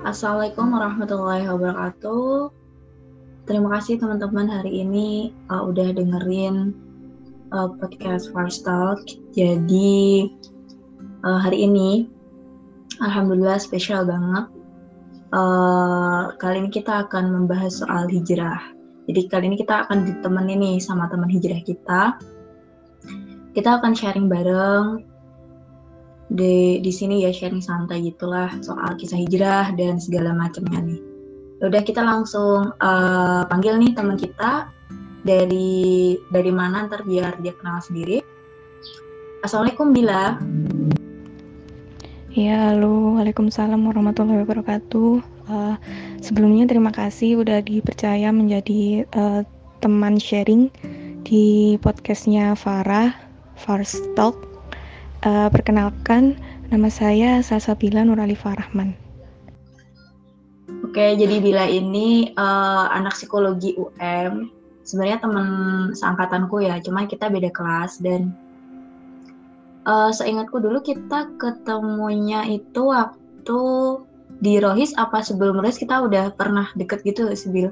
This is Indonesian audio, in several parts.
Assalamualaikum warahmatullahi wabarakatuh. Terima kasih teman-teman hari ini udah dengerin podcast First Talk. Jadi hari ini alhamdulillah spesial banget. Kali ini kita akan membahas soal hijrah. Jadi kali ini kita akan ditemenin nih sama teman hijrah kita. Kita akan sharing bareng di sini ya, sharing santai gitulah soal kisah hijrah dan segala macamnya nih. Udah kita langsung panggil nih teman kita dari mana ntar biar dia kenal sendiri. Assalamualaikum Bila. Ya, halo, waalaikumsalam warahmatullahi wabarakatuh. Sebelumnya terima kasih udah dipercaya menjadi teman sharing di podcastnya Farah, First Talk. Perkenalkan, nama saya Salsabila Nuralifa Rahman. Oke, jadi Bila ini anak psikologi UM. Sebenarnya teman seangkatanku ya, cuma kita beda kelas dan seingatku dulu kita ketemunya itu waktu di Rohis apa sebelum Rohis kita udah pernah deket gitu sih Bil?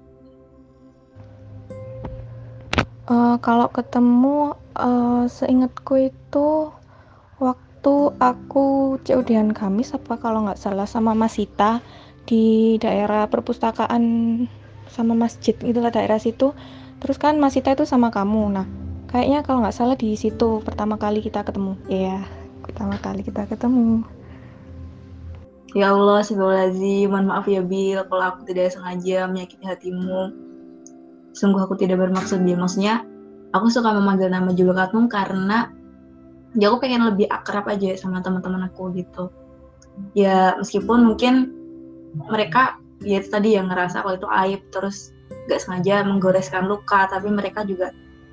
Kalau ketemu, seingatku itu waktu aku COD-an Kamis apa kalau nggak salah sama Mas Sita di daerah perpustakaan sama masjid itulah daerah situ. Terus kan Mas Sita itu sama kamu. Nah, kayaknya kalau nggak salah di situ pertama kali kita ketemu. Iya, pertama kali kita ketemu. Ya Allah, astagfirullahaladzim, mohon maaf ya Bil kalau aku tidak sengaja menyakiti hatimu. Sungguh aku tidak bermaksud Bil, maksudnya aku suka memanggil nama julukatmu karena ya aku pengen lebih akrab aja sama teman-teman aku gitu. Ya meskipun mungkin mereka ya itu tadi yang ngerasa kalau itu aib terus gak sengaja menggoreskan luka, tapi mereka juga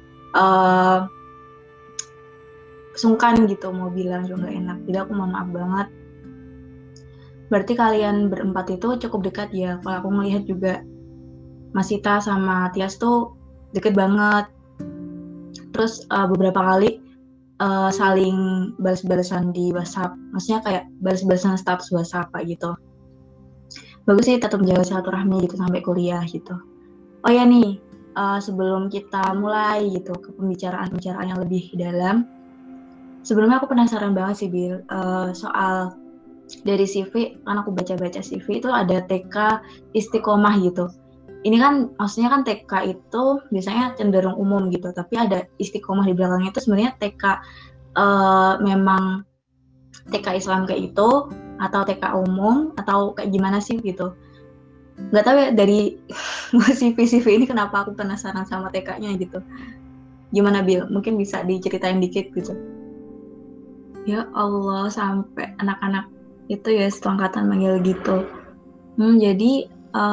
sungkan gitu mau bilang juga gak enak. Jadi aku mohon maaf banget. Berarti kalian berempat itu cukup dekat ya. Kalau aku melihat juga Mas Sita sama Tias tuh deket banget. Terus beberapa kali saling balas-balasan di WhatsApp. Maksudnya kayak balas-balasan status WhatsApp kayak gitu. Bagus sih tetap menjaga silaturahmi gitu sampai kuliah gitu. Oh ya nih, sebelum kita mulai gitu ke pembicaraan yang lebih dalam, sebelumnya aku penasaran banget sih Bil, soal dari CV, kan aku baca-baca CV itu ada TK Istiqomah gitu. Ini kan maksudnya kan TK itu biasanya cenderung umum gitu, tapi ada Istiqomah di belakangnya itu sebenarnya TK memang TK Islam kayak itu atau TK umum atau kayak gimana sih gitu. Nggak tahu ya dari CV ini kenapa aku penasaran sama TK-nya gitu. Gimana Bil? Mungkin bisa diceritain dikit gitu. Ya Allah, sampai anak-anak itu ya setelangkatan manggil gitu. Jadi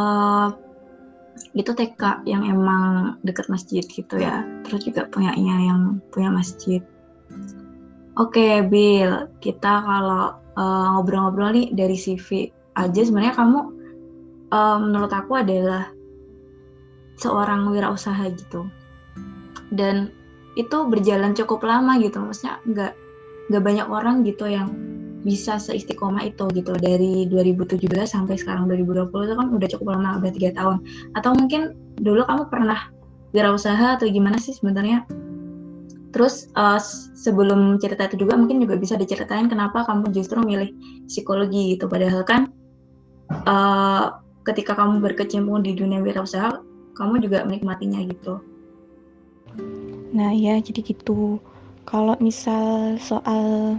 itu TK yang emang deket masjid gitu ya. Terus juga punyanya yang punya masjid. Oke, Bill, kita kalau ngobrol-ngobrol nih dari CV aja sebenarnya kamu menurut aku adalah seorang wirausaha gitu. Dan itu berjalan cukup lama gitu, maksudnya nggak banyak orang gitu yang bisa seistiqomah itu gitu dari 2017 sampai sekarang 2020 itu kan udah cukup lama, udah 3 tahun. Atau mungkin dulu kamu pernah wirausaha atau gimana sih sebenarnya? Terus sebelum cerita itu juga mungkin juga bisa diceritain kenapa kamu justru milih psikologi gitu, padahal kan ketika kamu berkecimpung di dunia wirausaha kamu juga menikmatinya gitu. Nah, ya jadi gitu. Kalau misal soal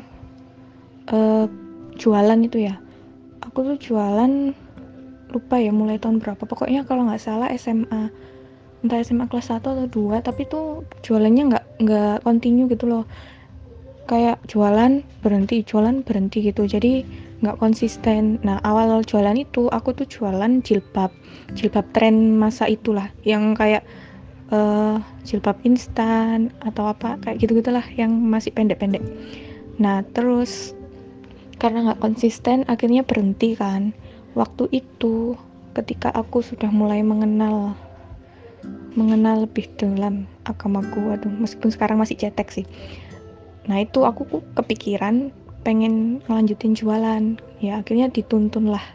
jualan itu ya, aku tuh jualan lupa ya mulai tahun berapa. Pokoknya kalau nggak salah SMA, entah SMA kelas 1 atau 2, tapi tuh jualannya nggak continue gitu loh. Kayak jualan berhenti gitu, jadi nggak konsisten. Nah, awal jualan itu aku tuh jualan jilbab tren masa itulah, yang kayak jilbab instan atau apa kayak gitu-gitulah yang masih pendek-pendek. Nah, terus karena nggak konsisten akhirnya berhenti kan. Waktu itu ketika aku sudah mulai mengenal lebih dalam agamaku, meskipun sekarang masih cetek sih. Nah, itu aku kepikiran pengen ngelanjutin jualan. Ya akhirnya dituntun lah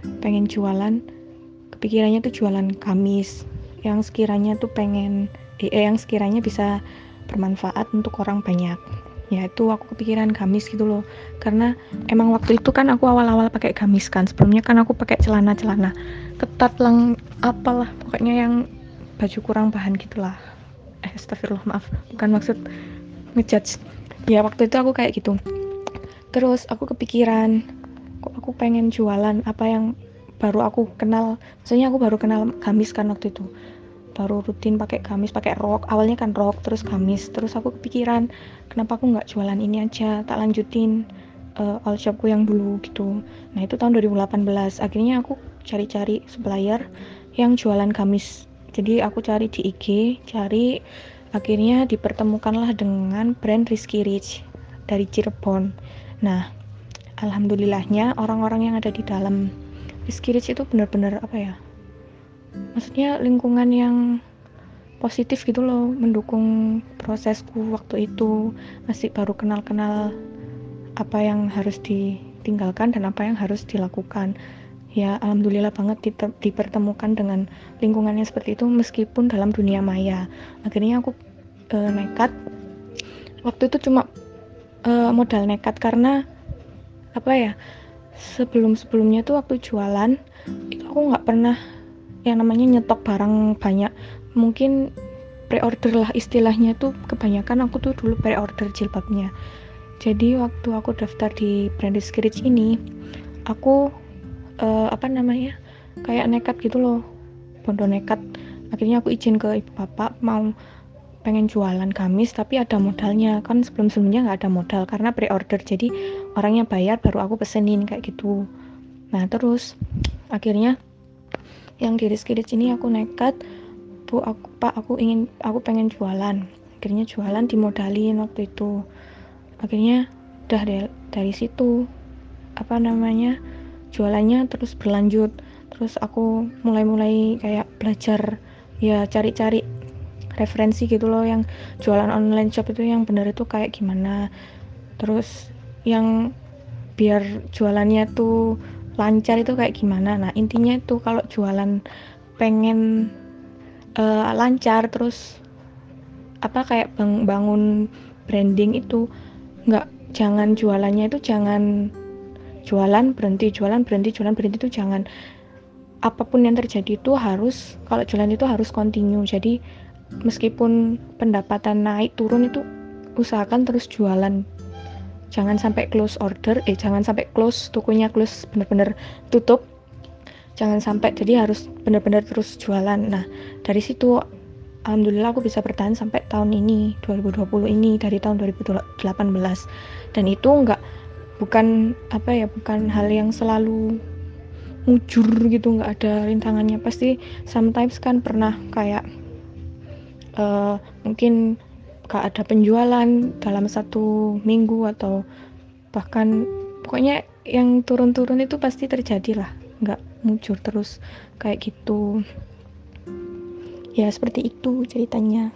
pengen jualan, kepikirannya tuh jualan gamis yang sekiranya tuh yang sekiranya bisa bermanfaat untuk orang banyak. Ya itu aku kepikiran gamis gitu loh, karena emang waktu itu kan aku awal-awal pakai gamis kan, sebelumnya kan aku pakai celana ketat apalah pokoknya yang baju kurang bahan gitulah. Astagfirullah, maaf, bukan maksud ngejudge. Ya waktu itu aku kayak gitu. Terus aku kepikiran, kok aku pengen jualan apa yang baru aku kenal. Maksudnya aku baru kenal gamis kan waktu itu, baru rutin pakai gamis, pakai rok. Awalnya kan rok terus gamis. Terus aku kepikiran, kenapa aku nggak jualan ini aja, tak lanjutin all shopku yang dulu gitu. Nah itu tahun 2018. Akhirnya aku cari-cari supplier yang jualan gamis. Jadi aku cari di IG, akhirnya dipertemukanlah dengan brand Rizky Rich dari Cirebon. Nah alhamdulillahnya orang-orang yang ada di dalam Rizky Rich itu benar-benar apa ya, maksudnya lingkungan yang positif gitu loh, mendukung prosesku waktu itu, masih baru kenal-kenal apa yang harus ditinggalkan dan apa yang harus dilakukan. Ya alhamdulillah banget dipertemukan dengan lingkungannya seperti itu meskipun dalam dunia maya. Akhirnya aku nekat. Waktu itu cuma modal nekat karena apa ya, sebelumnya tuh waktu jualan itu aku nggak pernah yang namanya nyetok barang banyak. Mungkin pre-order lah istilahnya tuh, kebanyakan aku tuh dulu pre-order jilbabnya. Jadi waktu aku daftar di brand Rizky Rich ini, aku kayak nekat gitu loh, bondo nekat. Akhirnya aku izin ke ibu bapak mau pengen jualan gamis tapi ada modalnya, kan sebelumnya nggak ada modal karena pre-order, jadi orangnya bayar baru aku pesenin kayak gitu. Nah terus akhirnya yang di Rizky Rich ini aku nekat, aku pengen jualan. Akhirnya jualan dimodalin waktu itu. Akhirnya udah dari situ jualannya terus berlanjut. Terus aku mulai kayak belajar, ya cari-cari referensi gitu loh, yang jualan online shop itu yang benar itu kayak gimana, terus yang biar jualannya tuh lancar itu kayak gimana. Nah intinya itu kalau jualan pengen lancar, terus kayak bangun branding itu jangan jualannya itu jangan jualan berhenti itu jangan. Apapun yang terjadi itu harus, kalau jualan itu harus continue. Jadi meskipun pendapatan naik turun itu usahakan terus jualan, jangan sampai close tokonya close, bener-bener tutup, jangan sampai, jadi harus bener-bener terus jualan. Nah dari situ alhamdulillah aku bisa bertahan sampai tahun ini 2020 ini, dari tahun 2018. Dan itu bukan hal yang selalu mujur gitu, nggak ada rintangannya. Pasti sometimes kan pernah kayak mungkin gak ada penjualan dalam 1 minggu, atau bahkan pokoknya yang turun-turun itu pasti terjadi lah, nggak mujur terus kayak gitu. Ya seperti itu ceritanya.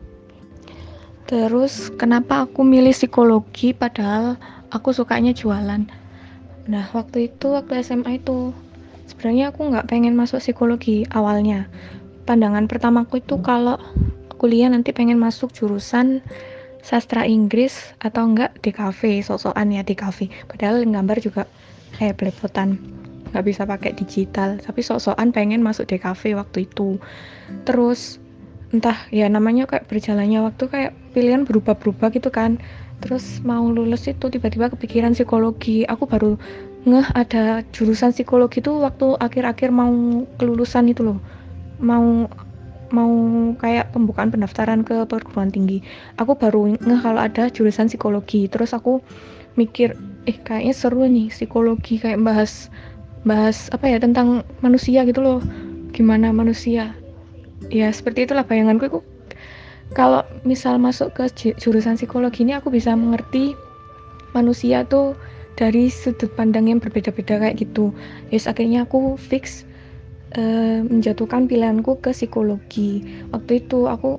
Terus kenapa aku milih psikologi padahal aku sukanya jualan. Nah waktu SMA itu sebenarnya aku nggak pengen masuk psikologi awalnya. Pandangan pertamaku itu kalau kuliah nanti pengen masuk jurusan sastra Inggris atau enggak DKV, sok-sokan ya DKV. Padahal gambar juga kayak belepotan, nggak bisa pakai digital, tapi sok-sokan pengen masuk DKV waktu itu. Terus entah ya namanya kayak berjalannya waktu, kayak pilihan berubah-berubah gitu kan. Terus mau lulus itu tiba-tiba kepikiran psikologi. Aku baru ngeh ada jurusan psikologi itu waktu akhir-akhir mau kelulusan itu loh, mau kayak pembukaan pendaftaran ke perguruan tinggi. Aku baru ngeh kalau ada jurusan psikologi. Terus aku mikir, kayaknya seru nih psikologi, kayak bahas tentang manusia gitu loh, gimana manusia. Ya seperti itulah bayanganku. Kalau misal masuk ke jurusan psikologi ini aku bisa mengerti manusia tuh dari sudut pandang yang berbeda-beda kayak gitu. Yes, akhirnya aku fix menjatuhkan pilihanku ke psikologi. Waktu itu aku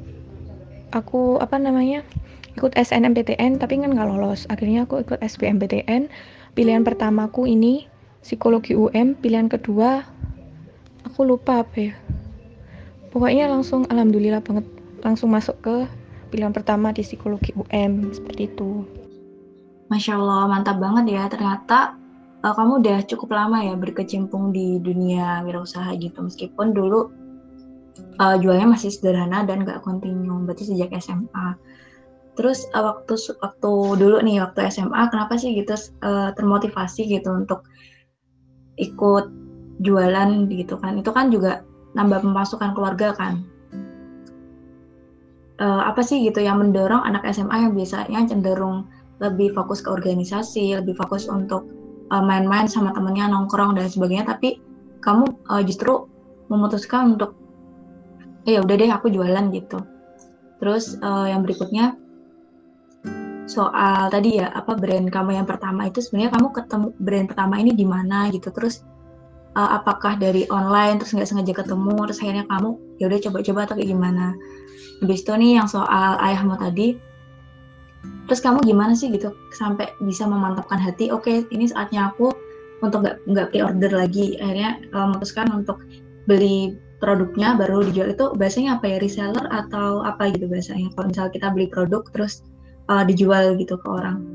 ikut SNMPTN tapi kan nggak lolos. Akhirnya aku ikut SBMPTN. Pilihan pertamaku ini psikologi UM, pilihan kedua aku lupa apa ya, pokoknya langsung alhamdulillah banget langsung masuk ke pilihan pertama di psikologi UM seperti itu. Masya Allah, mantap banget ya. Ternyata kamu udah cukup lama ya berkecimpung di dunia wirausaha gitu. Meskipun dulu jualnya masih sederhana dan gak kontinu, berarti sejak SMA. Terus waktu dulu nih, waktu SMA, kenapa sih gitu termotivasi gitu untuk ikut jualan gitu kan? Itu kan juga nambah pemasukan keluarga kan? Apa sih gitu yang mendorong anak SMA yang biasanya cenderung lebih fokus ke organisasi, lebih fokus untuk main-main sama temennya, nongkrong dan sebagainya, tapi kamu justru memutuskan untuk ya udah deh aku jualan gitu. Terus yang berikutnya soal tadi ya apa brand kamu yang pertama itu sebenarnya kamu ketemu brand pertama ini di mana gitu. Terus apakah dari online terus nggak sengaja ketemu terus akhirnya kamu ya udah coba-coba atau kayak gimana. Habis itu nih yang soal ayahmu tadi, terus kamu gimana sih gitu sampai bisa memantapkan hati, oke ini saatnya aku untuk nggak pre-order lagi, akhirnya memutuskan untuk beli produknya baru dijual. Itu bahasanya apa ya, reseller atau apa gitu bahasanya kalau misal kita beli produk terus dijual gitu ke orang?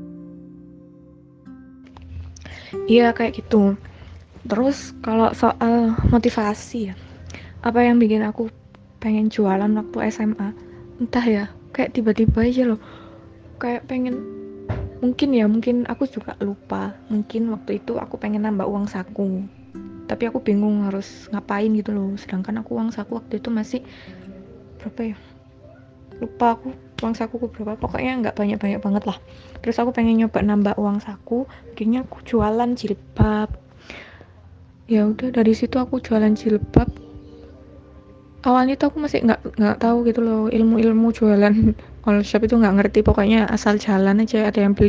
Iya kayak gitu. Terus kalau soal motivasi ya, apa yang bikin aku pengen jualan waktu SMA, entah ya, kayak tiba-tiba aja loh, kayak pengen, mungkin aku juga lupa, mungkin waktu itu aku pengen nambah uang saku, tapi aku bingung harus ngapain gitu loh, sedangkan aku uang saku waktu itu masih berapa ya, lupa aku uang sakuku berapa, pokoknya nggak banyak-banyak banget lah. Terus aku pengen nyoba nambah uang saku, akhirnya aku jualan jilbab. Ya udah dari situ aku jualan jilbab. Awalnya tuh aku masih nggak tahu gitu loh ilmu-ilmu jualan all shop itu, nggak ngerti, pokoknya asal jalan aja, ada yang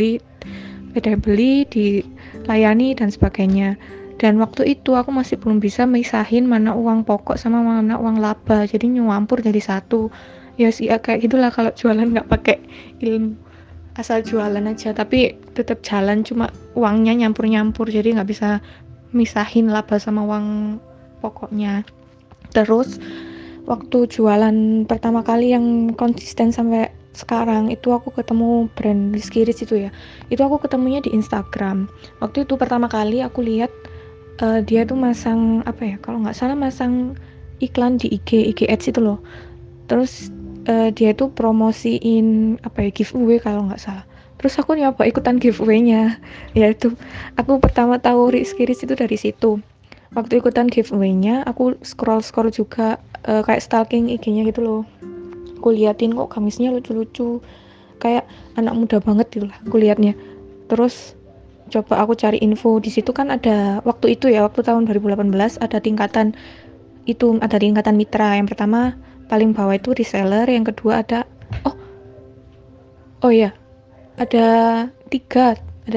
beli dilayani dan sebagainya. Dan waktu itu aku masih belum bisa misahin mana uang pokok sama mana uang laba, jadi nyampur jadi satu. Ya sih ya, kayak gitulah kalau jualan nggak pakai ilmu, asal jualan aja tapi tetap jalan, cuma uangnya nyampur-nyampur jadi nggak bisa misahin laba sama uang pokoknya. Terus waktu jualan pertama kali yang konsisten sampai sekarang itu aku ketemu brand Rizky Rich itu ya, itu aku ketemunya di Instagram. Waktu itu pertama kali aku lihat dia tuh masang apa ya, kalau nggak salah masang iklan di IG Ads itu loh. Terus dia tuh promosiin apa ya, giveaway kalau nggak salah. Terus aku nyoba ikutan giveaway-nya. Ya itu aku pertama tahu Rizky Rich itu dari situ. Waktu ikutan giveaway-nya aku scroll juga, kayak stalking IG-nya gitu loh. Aku liatin kok gamisnya lucu-lucu, kayak anak muda banget gitu lah aku liatnya. Terus coba aku cari info, di situ kan ada waktu itu ya, waktu tahun 2018 ada tingkatan mitra. Yang pertama paling bawah itu reseller, yang kedua oh oh ya ada tiga ada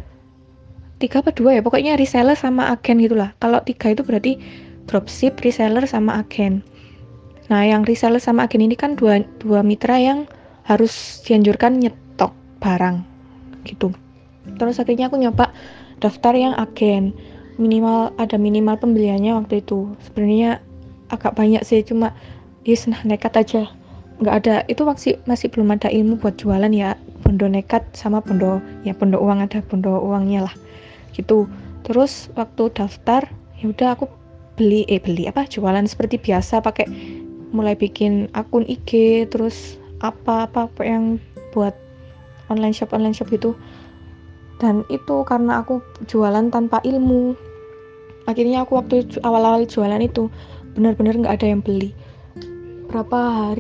tiga apa dua ya, pokoknya reseller sama agen gitulah. Kalau tiga itu berarti dropship, reseller sama agen. Nah yang reseller sama agen ini kan dua mitra yang harus dianjurkan nyetok barang gitu. Terus akhirnya aku nyoba daftar yang agen, minimal pembeliannya waktu itu sebenarnya agak banyak sih, cuma nah nekat aja, nggak ada, itu masih belum ada ilmu buat jualan ya, bondo nekat sama bondo uang, ada bondo uangnya lah gitu. Terus waktu daftar ya udah aku beli jualan seperti biasa, pakai mulai bikin akun IG, terus apa yang buat online shop gitu. Dan itu karena aku jualan tanpa ilmu, akhirnya aku waktu awal-awal jualan itu benar-benar nggak ada yang beli. Berapa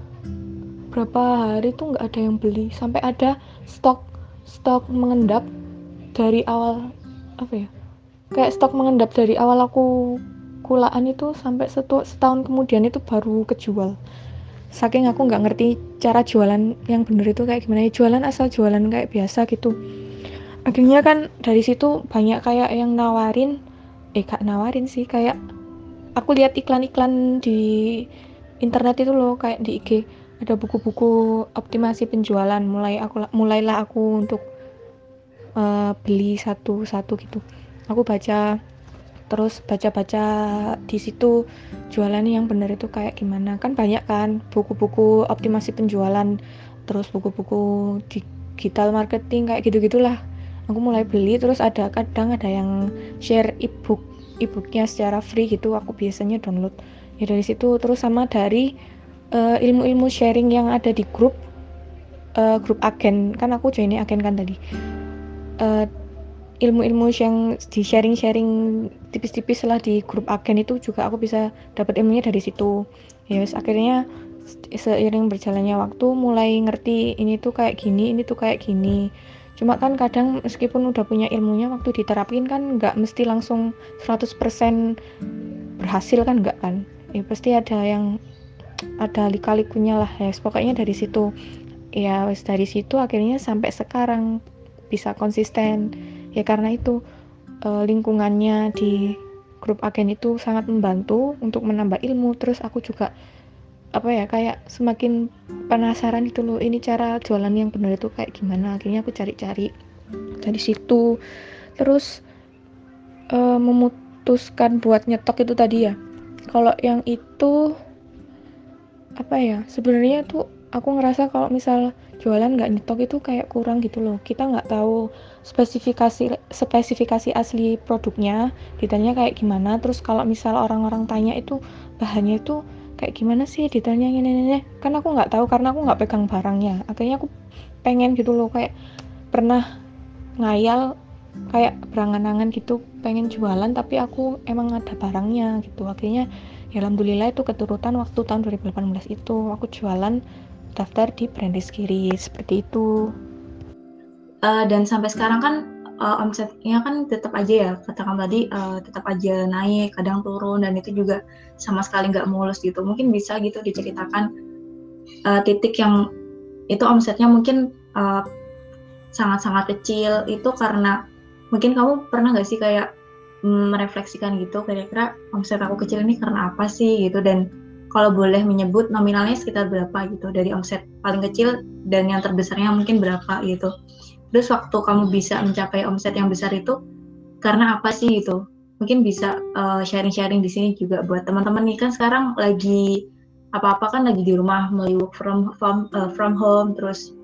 hari tuh nggak ada yang beli, sampai ada stok mengendap dari awal, apa ya, kayak stok mengendap dari awal aku kulaan itu sampai setahun kemudian itu baru kejual. Saking aku nggak ngerti cara jualan yang bener itu kayak gimana, jualan asal jualan kayak biasa gitu. Akhirnya kan dari situ banyak kayak yang gak nawarin sih, kayak aku lihat iklan-iklan di internet itu loh, kayak di IG ada buku-buku optimasi penjualan, mulailah aku untuk beli satu-satu gitu. Aku baca, terus baca-baca di situ jualannya yang benar itu kayak gimana. Kan banyak kan buku-buku optimasi penjualan, terus buku-buku digital marketing kayak gitu-gitulah. Aku mulai beli, terus kadang ada yang share e-booknya secara free gitu, aku biasanya download ya dari situ. Terus sama dari ilmu-ilmu sharing yang ada di grup agen, kan aku join agen kan tadi. Uh, ilmu-ilmu yang di sharing-sharing tipis-tipis lah di grup agen itu juga aku bisa dapat ilmunya dari situ. Ya wes, akhirnya seiring berjalannya waktu mulai ngerti ini tuh kayak gini, ini tuh kayak gini. Cuma kan kadang meskipun udah punya ilmunya, waktu diterapin kan nggak mesti langsung 100% berhasil kan, nggak kan. Ya pasti ada lika-likunya lah ya. Pokoknya dari situ. Ya wes, dari situ akhirnya sampai sekarang bisa konsisten. Ya karena itu lingkungannya di grup agen itu sangat membantu untuk menambah ilmu. Terus aku juga kayak semakin penasaran itu loh, ini cara jualan yang benar itu kayak gimana. Akhirnya aku cari-cari dari situ. Terus memutuskan buat nyetok itu tadi ya, kalau yang itu sebenarnya tuh aku ngerasa kalau misal jualan nggak nyetok itu kayak kurang gitu loh. Kita nggak tahu spesifikasi asli produknya, ditanya kayak gimana. Terus kalau misal orang-orang tanya itu bahannya itu kayak gimana sih, ditanya ini kan aku nggak tahu karena aku nggak pegang barangnya. Akhirnya aku pengen gitu loh, kayak pernah ngayal kayak berangan-angan gitu pengen jualan tapi aku emang ada barangnya gitu. Akhirnya ya alhamdulillah itu keturutan waktu tahun 2018 itu aku jualan, daftar di Brand Rizky seperti itu. Dan sampai sekarang kan omsetnya kan tetap aja ya, katakan tadi tetap aja naik, kadang turun, dan itu juga sama sekali nggak mulus gitu. Mungkin bisa gitu diceritakan titik yang itu omsetnya mungkin sangat-sangat kecil, itu karena mungkin kamu pernah nggak sih kayak merefleksikan gitu, kira-kira omset aku kecil ini karena apa sih gitu, dan kalau boleh menyebut nominalnya sekitar berapa gitu, dari omset paling kecil dan yang terbesarnya mungkin berapa gitu. Terus waktu kamu bisa mencapai omset yang besar itu karena apa sih gitu? Mungkin bisa sharing-sharing di sini juga buat teman-teman nih, kan sekarang lagi apa-apa kan lagi di rumah, mulai work from home, terus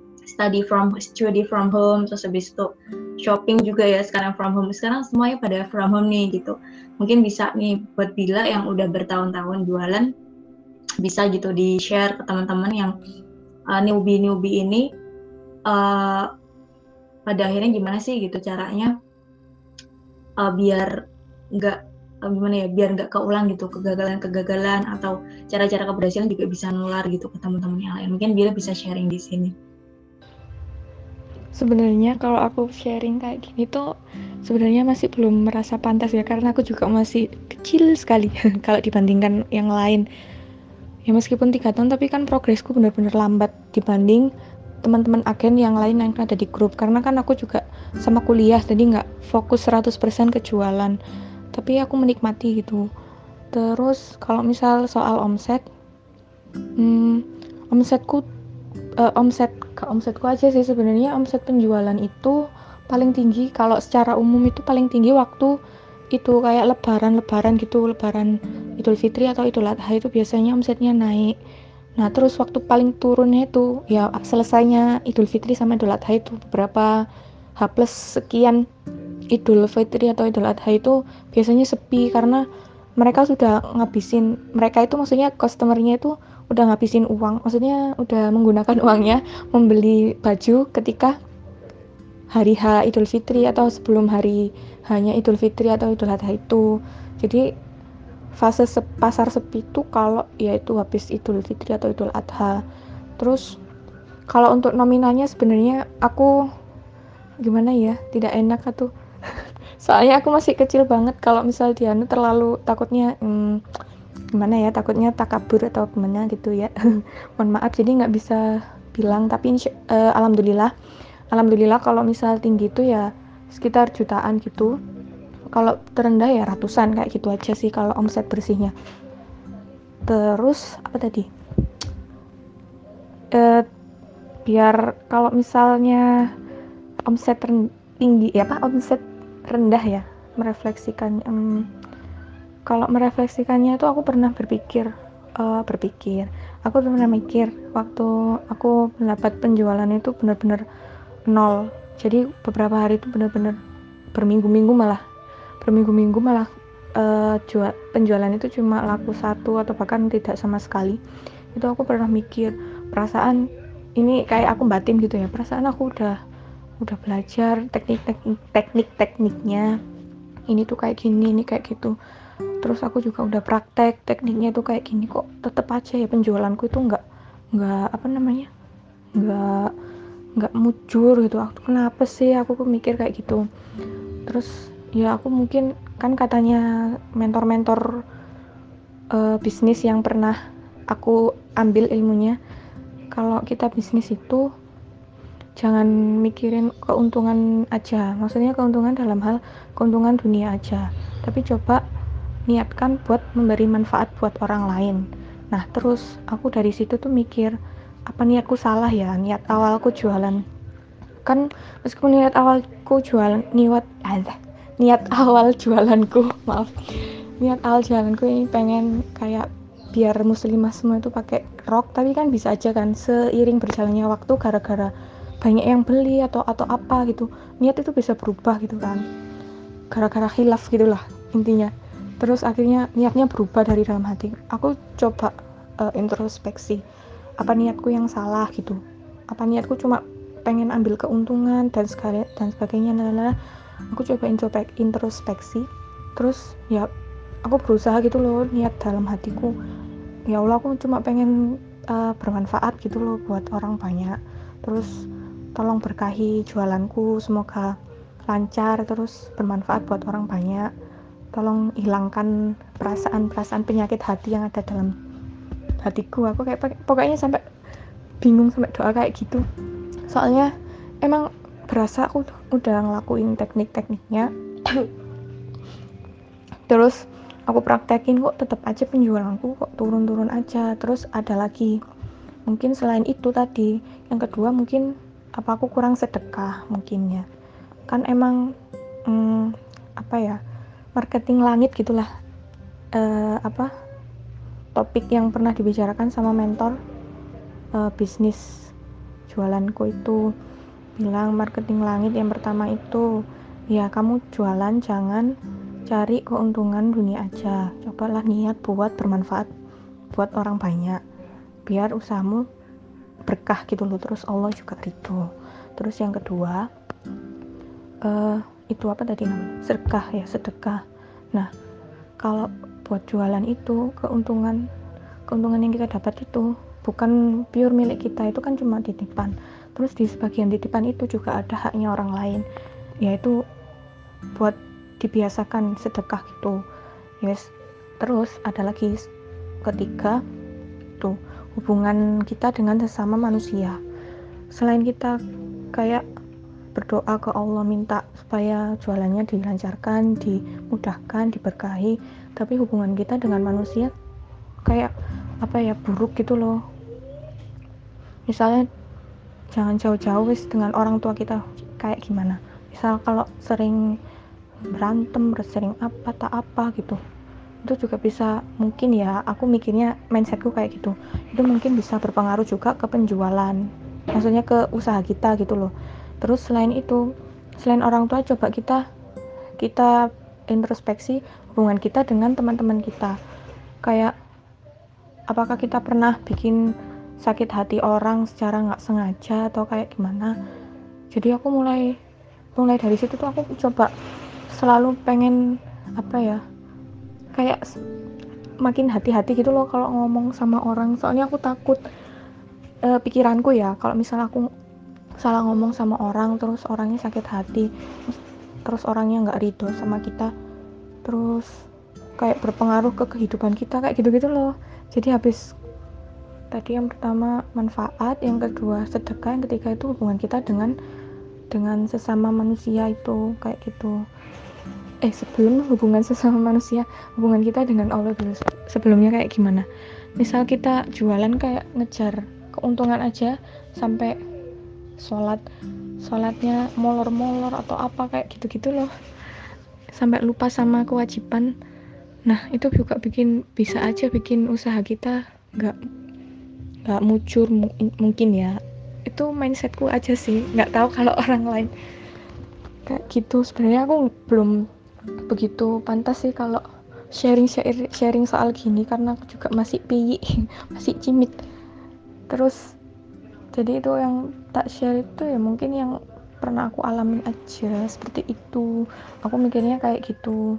study from home, terus habis itu shopping juga ya sekarang from home. Sekarang semuanya pada from home nih gitu. Mungkin bisa nih buat Bila yang udah bertahun-tahun jualan, bisa gitu di share ke teman-teman yang newbie ini, uh, pada akhirnya gimana sih gitu caranya biar nggak biar nggak keulang gitu kegagalan atau cara-cara keberhasilan juga bisa nular gitu ke teman-teman yang lain. Mungkin Bila bisa sharing di sini. Sebenarnya kalau aku sharing kayak gini tuh sebenarnya masih belum merasa pantas ya, karena aku juga masih kecil sekali kalau dibandingkan yang lain. Ya meskipun 3 tahun tapi kan progresku benar-benar lambat dibanding teman-teman agen yang lain yang ada di grup, karena kan aku juga sama kuliah jadi nggak fokus 100% ke jualan, tapi aku menikmati gitu. Terus kalau misal soal omset, omsetku omsetku aja sih sebenarnya. Omset penjualan itu paling tinggi kalau secara umum itu paling tinggi waktu itu kayak lebaran gitu, lebaran Idul Fitri atau Idul Adha itu biasanya omsetnya naik. Nah terus waktu paling turunnya itu ya selesainya Idul Fitri sama Idul Adha itu beberapa H plus sekian Idul Fitri atau Idul Adha itu biasanya sepi karena mereka itu maksudnya customernya itu udah ngabisin uang, maksudnya udah menggunakan uangnya membeli baju ketika hari H Idul Fitri atau sebelum hari hanya Idul Fitri atau Idul Adha itu. Jadi fase pasar sepi itu kalau yaitu habis Idul Fitri atau Idul Adha. Terus kalau untuk nominalnya sebenarnya aku gimana ya, tidak enak tuh. Soalnya aku masih kecil banget, kalau misal Diana terlalu takutnya gimana ya, takutnya takabur atau gimana gitu ya. Mohon maaf jadi nggak bisa bilang, tapi alhamdulillah kalau misal tinggi itu ya sekitar jutaan gitu, kalau terendah ya ratusan kayak gitu aja sih kalau omset bersihnya. Terus apa tadi, biar kalau misalnya omset tinggi ya omset rendah ya merefleksikan. Kalau merefleksikannya itu aku pernah berpikir, aku pernah mikir waktu aku mendapat penjualan itu benar-benar nol. Jadi beberapa hari itu benar-benar berminggu-minggu malah penjualan itu cuma laku 1 atau bahkan tidak sama sekali. Itu aku pernah mikir, perasaan ini kayak aku batin gitu ya, perasaan aku udah belajar tekniknya, ini tuh kayak gini, ini kayak gitu. Terus aku juga udah praktek tekniknya tuh kayak gini, kok tetep aja ya penjualanku itu nggak nggak mujur gitu. Aku kenapa sih, aku mikir kayak gitu. Terus ya aku mungkin kan katanya mentor-mentor bisnis yang pernah aku ambil ilmunya, kalau kita bisnis itu jangan mikirin keuntungan aja, maksudnya keuntungan dalam hal keuntungan dunia aja, tapi coba niatkan buat memberi manfaat buat orang lain. Nah terus aku dari situ tuh mikir, apa niatku salah ya, niat awalku jualan kan, meskipun niat awal jualanku ini pengen kayak biar muslimah semua itu pakai rok, tapi kan bisa aja kan seiring berjalannya waktu gara-gara banyak yang beli atau apa gitu, niat itu bisa berubah gitu kan, gara-gara khilaf gitulah intinya. Terus akhirnya niatnya berubah dari dalam hati. Aku coba introspeksi, apa niatku yang salah gitu, apa niatku cuma pengen ambil keuntungan dan sebagainya. Aku coba introspeksi, terus ya aku berusaha gitu loh, niat dalam hatiku, ya Allah aku cuma pengen bermanfaat gitu loh buat orang banyak. Terus tolong berkahi jualanku, semoga lancar terus bermanfaat buat orang banyak. Tolong hilangkan perasaan penyakit hati yang ada dalam hatiku. Aku kayak pokoknya sampai bingung, sampai doa kayak gitu. Soalnya emang berasa aku udah ngelakuin tekniknya terus aku praktekin kok tetap aja penjualanku kok turun aja. Terus ada lagi, mungkin selain itu tadi, yang kedua mungkin apa aku kurang sedekah mungkin ya, kan emang marketing langit gitulah, topik yang pernah dibicarakan sama mentor bisnis jualanku itu bilang, marketing langit yang pertama itu ya kamu jualan jangan cari keuntungan dunia aja, cobalah niat buat bermanfaat buat orang banyak biar usahamu berkah gitu loh, terus Allah juga ridho. Terus yang kedua itu apa tadi namanya, sedekah. Nah kalau buat jualan itu keuntungan yang kita dapat itu bukan pure milik kita, itu kan cuma titipan. Terus di sebagian titipan itu juga ada haknya orang lain, yaitu buat dibiasakan sedekah gitu. Yes. Terus ada lagi ketiga tuh, hubungan kita dengan sesama manusia. Selain kita kayak berdoa ke Allah minta supaya jualannya dilancarkan, dimudahkan, diberkahi, tapi hubungan kita dengan manusia kayak buruk gitu loh. Misalnya jangan jauh-jauh dengan orang tua kita kayak gimana, misal kalau sering berantem, sering apa gitu, itu juga bisa, mungkin ya aku mikirnya mindsetku kayak gitu, itu mungkin bisa berpengaruh juga ke penjualan, maksudnya ke usaha kita gitu loh. Terus selain itu, selain orang tua, coba kita introspeksi hubungan kita dengan teman-teman kita, kayak apakah kita pernah bikin sakit hati orang secara nggak sengaja atau kayak gimana. Jadi aku mulai dari situ tuh aku coba selalu pengen kayak makin hati-hati gitu loh kalau ngomong sama orang, soalnya aku takut pikiranku ya, kalau misalnya aku salah ngomong sama orang terus orangnya sakit hati, terus orangnya nggak ridho sama kita, terus kayak berpengaruh ke kehidupan kita kayak gitu loh. Jadi habis tadi yang pertama manfaat, yang kedua sedekah, yang ketiga itu hubungan kita dengan sesama manusia itu kayak gitu. Sebelum hubungan sesama manusia, hubungan kita dengan Allah dulu. Sebelumnya kayak gimana? Misal kita jualan kayak ngejar keuntungan aja sampai sholatnya molor-molor atau apa kayak gitu loh. sampai lupa sama kewajiban. Nah itu juga bisa aja bikin usaha kita nggak mujur mungkin ya. Itu mindsetku aja sih, nggak tahu kalau orang lain kayak gitu. Sebenarnya aku belum begitu pantas sih kalau sharing soal gini, karena aku juga masih piyi masih cimit. Terus jadi itu yang tak share itu ya mungkin yang pernah aku alamin aja seperti itu. Aku mikirnya kayak gitu.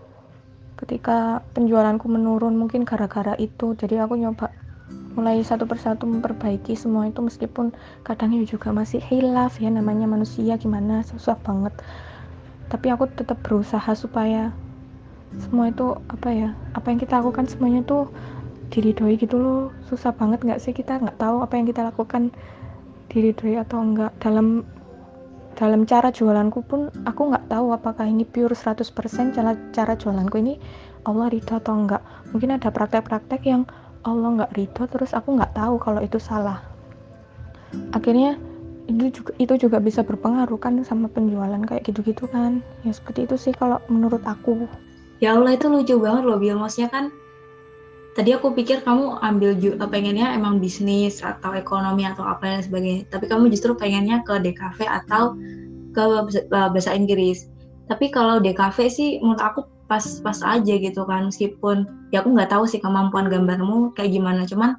Ketika penjualanku menurun mungkin gara-gara itu, jadi aku nyoba mulai satu persatu memperbaiki semua itu, meskipun kadang juga masih hilaf ya, namanya manusia, gimana, susah banget. Tapi aku tetap berusaha supaya semua itu apa yang kita lakukan semuanya tuh diridhoi gitu loh. Susah banget nggak sih, kita nggak tahu apa yang kita lakukan diridhoi atau enggak. Dalam cara jualanku pun aku nggak tahu apakah ini pure 100% cara jualanku ini Allah ridho atau enggak. Mungkin ada praktek-praktek yang Allah nggak ridho, terus aku nggak tahu kalau itu salah. Akhirnya itu juga bisa berpengaruh kan sama penjualan kayak gitu-gitu kan. Ya seperti itu sih kalau menurut aku. Ya Allah, itu lucu banget loh Bil. Maksudnya kan tadi aku pikir kamu ambil pengennya emang bisnis atau ekonomi atau apa dan sebagainya, tapi kamu justru pengennya ke DKV atau ke bahasa Inggris. Tapi kalau DKV sih menurut aku pas aja gitu kan, meskipun ya aku nggak tahu sih kemampuan gambarmu kayak gimana, cuman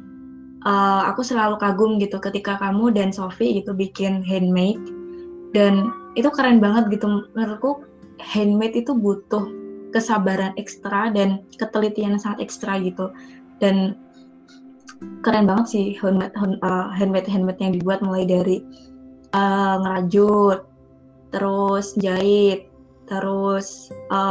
aku selalu kagum gitu ketika kamu dan Sophie gitu bikin handmade, dan itu keren banget gitu. Menurutku handmade itu butuh kesabaran ekstra dan ketelitian sangat ekstra gitu, dan keren banget sih handmade yang dibuat, mulai dari ngerajut, terus jahit, terus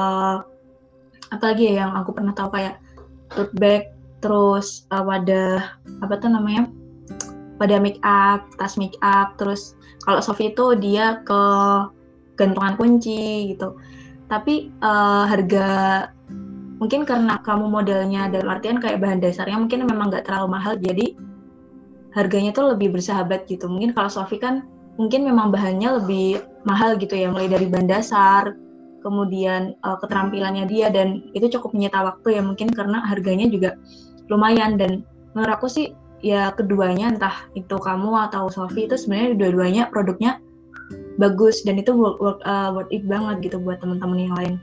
apa lagi ya yang aku pernah tahu, kayak tote bag, terus wadah apa tuh namanya, wadah make up, tas make up. Terus kalau Sophie itu dia ke gantungan kunci gitu. Tapi harga, mungkin karena kamu modelnya dalam artian kayak bahan dasarnya mungkin memang nggak terlalu mahal, jadi harganya tuh lebih bersahabat gitu. Mungkin kalau Sophie kan mungkin memang bahannya lebih mahal gitu ya, mulai dari bahan dasar, kemudian keterampilannya dia, dan itu cukup menyita waktu ya mungkin karena harganya juga lumayan. Dan menurut aku sih ya keduanya, entah itu kamu atau Sophie, itu sebenarnya dua-duanya produknya bagus dan itu worth it banget gitu buat teman-teman yang lain.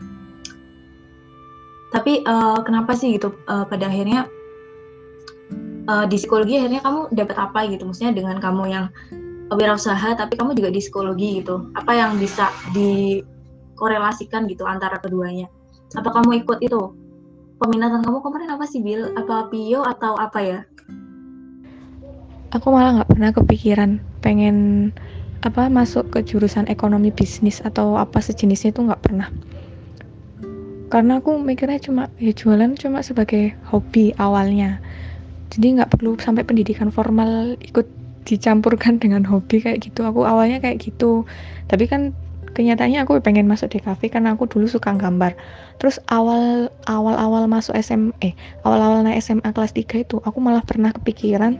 Tapi kenapa sih gitu pada akhirnya di psikologi akhirnya kamu dapat apa gitu? Maksudnya dengan kamu yang wirausaha tapi kamu juga di psikologi gitu, apa yang bisa dikorelasikan gitu antara keduanya? Apa kamu ikut itu? Peminatan kamu kemarin apa sih, Bil? Apa PIO atau apa ya? Aku malah nggak pernah kepikiran pengen masuk ke jurusan ekonomi bisnis atau apa sejenisnya, itu nggak pernah. Karena aku mikirnya cuma ya jualan cuma sebagai hobi awalnya, jadi nggak perlu sampai pendidikan formal ikut dicampurkan dengan hobi kayak gitu. Aku awalnya kayak gitu, tapi kan kenyataannya aku pengen masuk DKV karena aku dulu suka gambar. Terus awal masuk awal naik SMA kelas 3 itu aku malah pernah kepikiran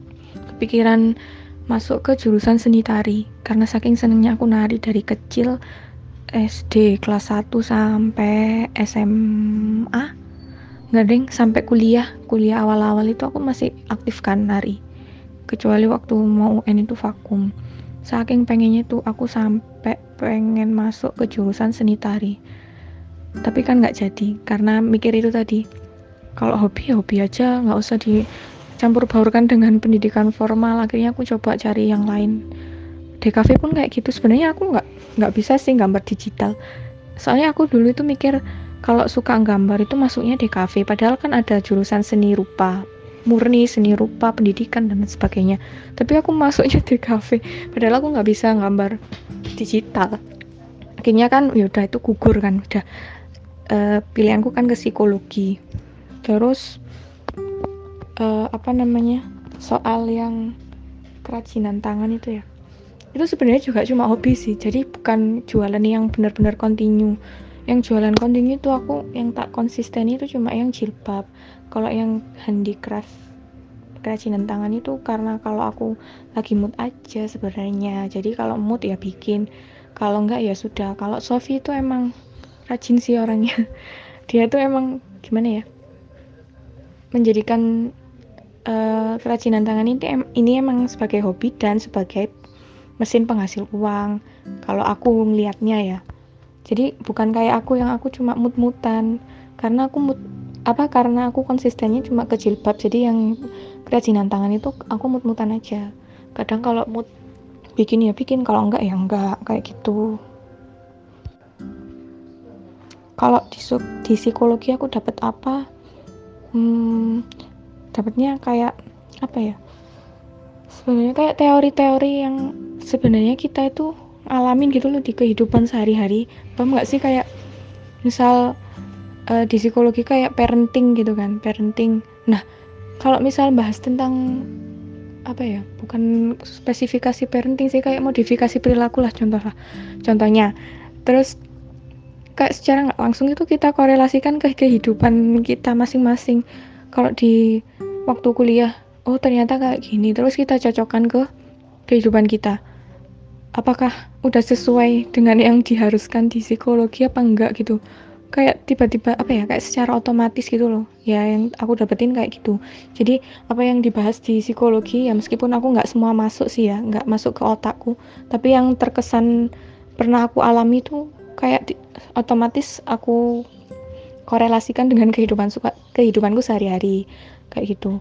masuk ke jurusan seni tari, karena saking senengnya aku nari dari kecil, SD kelas 1 sampai SMA, nggak deng, sampai kuliah awal-awal itu aku masih aktif kan nari, kecuali waktu mau UN itu vakum. Saking pengennya tuh aku sampai pengen masuk ke jurusan seni tari, tapi kan nggak jadi karena mikir itu tadi, kalau hobi ya hobi aja, nggak usah dicampur baurkan dengan pendidikan formal. Akhirnya aku coba cari yang lain. DKV pun kayak gitu. Sebenarnya aku nggak bisa sih gambar digital, soalnya aku dulu itu mikir kalau suka gambar itu masuknya DKV, padahal kan ada jurusan seni rupa murni, seni rupa pendidikan dan sebagainya, tapi aku masuknya DKV padahal aku nggak bisa gambar digital. Akhirnya kan yaudah itu gugur kan, udah pilihanku kan ke psikologi. Terus soal yang kerajinan tangan itu ya, itu sebenarnya juga cuma hobi sih, jadi bukan jualan yang benar-benar kontinu. Yang jualan kontinu itu aku yang tak konsisten itu cuma yang jilbab. Kalau yang handicraft kerajinan tangan itu karena kalau aku lagi mood aja sebenarnya, jadi kalau mood ya bikin, Kalau enggak ya sudah. Kalau Sofi itu emang rajin sih orangnya. Dia tuh emang gimana ya, menjadikan kerajinan tangan ini emang sebagai hobi dan sebagai mesin penghasil uang kalau aku ngelihatnya ya. Jadi bukan kayak aku yang aku cuma mut-mutan, karena karena aku konsistennya cuma ke jilbab, jadi yang kerajinan tangan itu aku mut-mutan aja. Kadang kalau mood bikin ya bikin, kalau enggak ya enggak, kayak gitu. Kalau di psikologi aku dapat apa? Dapatnya kayak apa ya? Sebenarnya kayak teori-teori yang sebenarnya kita itu ngalamin gitu loh di kehidupan sehari-hari. Paham nggak sih, kayak misal di psikologi kayak parenting gitu kan, parenting. Nah, kalau misal bahas tentang apa ya, bukan spesifikasi parenting sih, kayak modifikasi perilaku lah contohnya. Terus kayak secara nggak langsung itu kita korelasikan ke kehidupan kita masing-masing. Kalau di waktu kuliah, oh ternyata kayak gini, terus kita cocokkan ke kehidupan kita. Apakah udah sesuai dengan yang diharuskan di psikologi apa enggak gitu. Kayak tiba-tiba apa ya, kayak secara otomatis gitu loh ya, yang aku dapetin kayak gitu. Jadi apa yang dibahas di psikologi ya, meskipun aku nggak semua masuk sih ya, nggak masuk ke otakku, tapi yang terkesan pernah aku alami tuh kayak otomatis aku korelasikan dengan kehidupanku sehari-hari kayak gitu.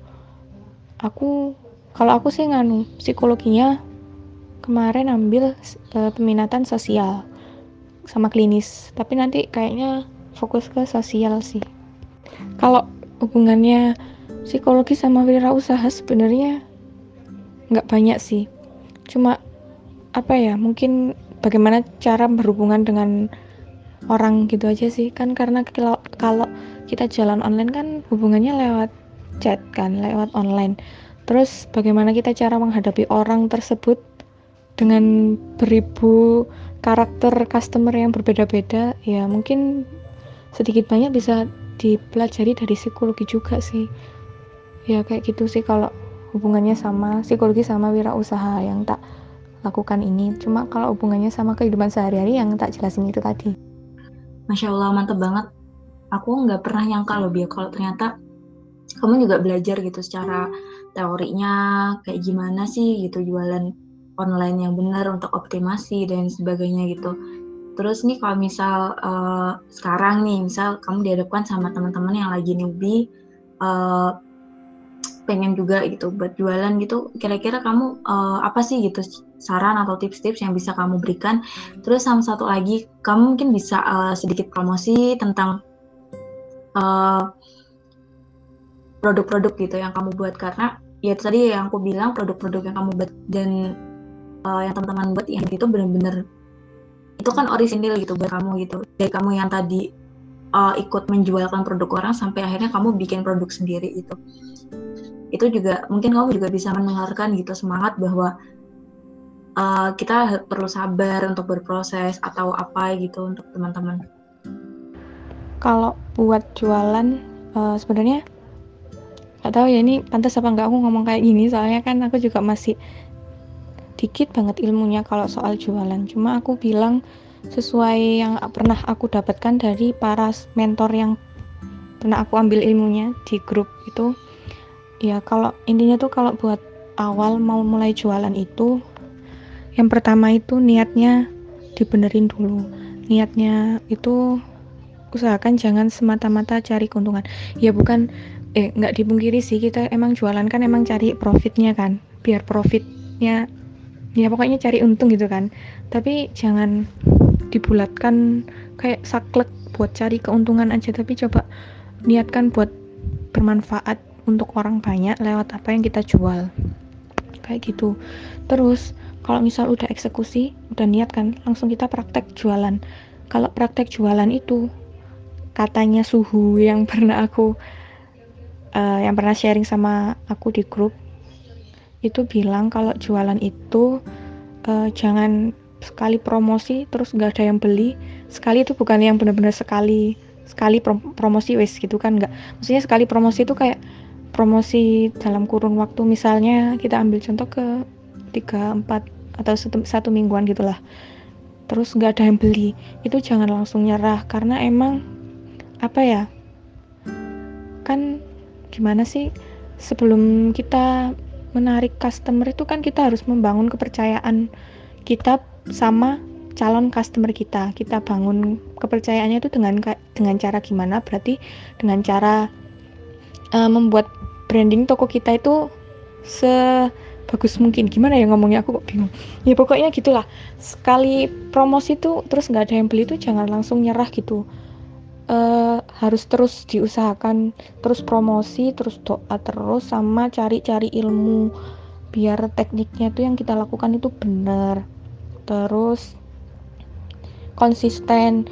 Kalau aku sih psikologinya kemarin ambil peminatan sosial sama klinis, tapi nanti kayaknya fokus ke sosial sih. Kalau hubungannya psikologi sama wirausaha sebenarnya nggak banyak sih, cuma apa ya, mungkin bagaimana cara berhubungan dengan orang gitu aja sih kan, karena kalau kita jalan online kan hubungannya lewat chat kan, lewat online. Terus bagaimana kita cara menghadapi orang tersebut dengan beribu karakter customer yang berbeda-beda, ya mungkin sedikit banyak bisa dipelajari dari psikologi juga sih ya, kayak gitu sih kalau hubungannya sama psikologi sama wirausaha yang tak lakukan ini. Cuma kalau hubungannya sama kehidupan sehari-hari yang tak jelasin itu tadi. Masya Allah, mantep banget. Aku nggak pernah nyangka loh, Bia, kalau ternyata kamu juga belajar gitu secara teorinya kayak gimana sih gitu jualan online yang benar untuk optimasi dan sebagainya gitu. Terus nih kalau misal sekarang nih, misal kamu dihadapkan sama teman-teman yang lagi newbie, pengen juga gitu buat jualan gitu, kira-kira kamu apa sih gitu saran atau tips-tips yang bisa kamu berikan? Terus sama satu lagi, kamu mungkin bisa sedikit promosi tentang produk-produk gitu yang kamu buat, karena ya tadi yang aku bilang produk-produk yang kamu buat dan yang teman-teman buat yang itu benar-benar itu kan orisinil gitu buat kamu gitu, dari kamu yang tadi ikut menjualkan produk orang sampai akhirnya kamu bikin produk sendiri itu juga mungkin kamu juga bisa mendengarkan gitu semangat bahwa kita perlu sabar untuk berproses atau apa gitu untuk teman-teman. Kalau buat jualan sebenarnya nggak tahu ya ini pantas apa nggak aku ngomong kayak gini, soalnya kan aku juga masih dikit banget ilmunya kalau soal jualan. Cuma aku bilang sesuai yang pernah aku dapatkan dari para mentor yang pernah aku ambil ilmunya di grup itu. Ya kalau intinya tuh kalau buat awal mau mulai jualan itu, yang pertama itu niatnya dibenerin dulu. Niatnya itu usahakan jangan semata-mata cari keuntungan. Ya bukan nggak dipungkiri sih, kita emang jualan kan emang cari profitnya kan, biar profitnya ya pokoknya cari untung gitu kan. Tapi jangan dibulatkan kayak saklek buat cari keuntungan aja, tapi coba niatkan buat bermanfaat untuk orang banyak lewat apa yang kita jual kayak gitu. Terus kalau misal udah eksekusi, udah niat kan, langsung kita praktek jualan. Kalau praktek jualan itu katanya Suhu yang pernah sharing sama aku di grup itu bilang kalau jualan itu jangan sekali promosi terus nggak ada yang beli. Sekali itu bukan yang benar-benar sekali promosi wes gitu kan, nggak, maksudnya sekali promosi itu kayak promosi dalam kurun waktu, misalnya kita ambil contoh ke 3-4 atau satu mingguan gitulah. terus nggak ada yang beli, itu jangan langsung nyerah, karena emang apa ya, kan gimana sih, sebelum kita menarik customer itu kan kita harus membangun kepercayaan kita sama calon customer kita. Kita bangun kepercayaannya itu dengan cara gimana? Berarti dengan cara membuat branding toko kita itu sebagus mungkin. Gimana ya ngomongnya, aku kok bingung. Ya pokoknya gitulah. Sekali promosi tuh terus nggak ada yang beli tuh jangan langsung nyerah gitu. Harus terus diusahakan, terus promosi, terus doa terus, sama cari-cari ilmu biar tekniknya tuh yang kita lakukan itu benar. Terus konsisten,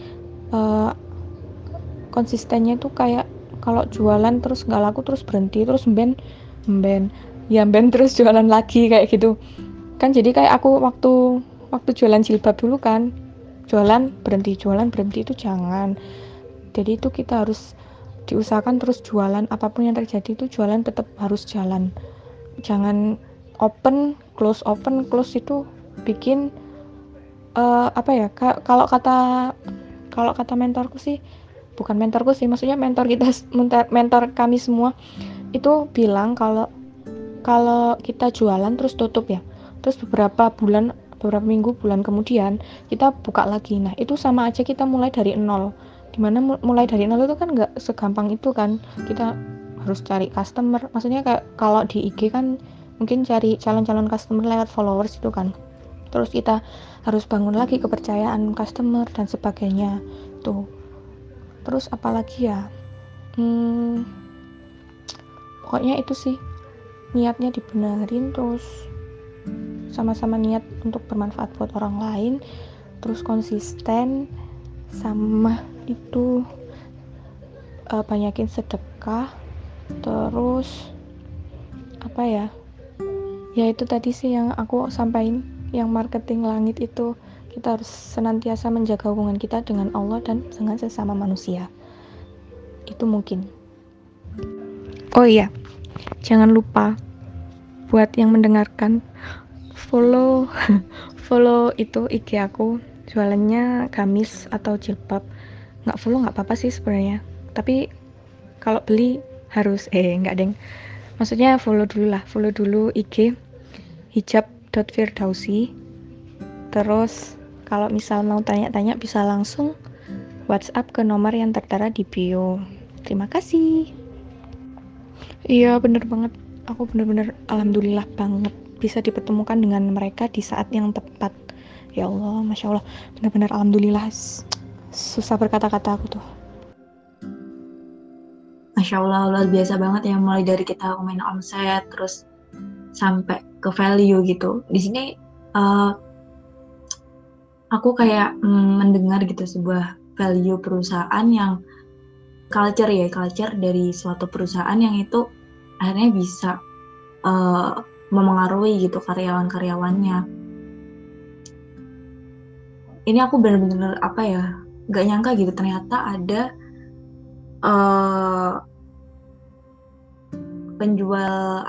konsistennya tuh kayak kalau jualan terus nggak laku terus berhenti, terus ben terus jualan lagi kayak gitu kan. Jadi kayak aku waktu jualan jilbab dulu kan, jualan berhenti itu jangan. Jadi itu kita harus diusahakan terus jualan, apapun yang terjadi itu jualan tetap harus jalan, jangan open close itu bikin apa ya, kalau kata mentorku sih, bukan mentorku sih, maksudnya mentor kita, mentor kami semua itu bilang kalau kita jualan terus tutup ya, terus beberapa minggu, bulan kemudian kita buka lagi, nah itu sama aja kita mulai dari nol. Dimana mulai dari nol itu kan nggak segampang itu kan, kita harus cari customer, maksudnya kayak kalau di IG kan mungkin cari calon customer lewat followers itu kan, terus kita harus bangun lagi kepercayaan customer dan sebagainya tuh. Terus apalagi ya, pokoknya itu sih, niatnya dibenerin, terus sama-sama niat untuk bermanfaat buat orang lain, terus konsisten, sama itu banyakin sedekah. Terus apa ya itu tadi sih yang aku sampaikan, yang marketing langit itu kita harus senantiasa menjaga hubungan kita dengan Allah dan dengan sesama manusia. Itu mungkin. Oh iya, jangan lupa buat yang mendengarkan follow itu IG aku, jualannya gamis atau jilbab. Nggak follow nggak apa-apa sih sebenarnya, tapi kalau beli harus nggak deng, maksudnya follow dulu IG hijab.firdausi. Terus kalau misal mau tanya-tanya bisa langsung WhatsApp ke nomor yang tertera di bio. Terima kasih. Iya bener banget, aku bener-bener alhamdulillah banget bisa dipertemukan dengan mereka di saat yang tepat. Ya Allah, Masya Allah, bener-bener alhamdulillah. Susah berkata-kata aku tuh. Masya Allah, luar biasa banget ya, mulai dari kita ngomongin omset terus sampai ke value gitu. Di sini aku kayak mendengar gitu sebuah value perusahaan yang culture dari suatu perusahaan yang itu akhirnya bisa memengaruhi gitu karyawan-karyawannya. Ini aku benar-benar gak nyangka gitu, ternyata ada penjual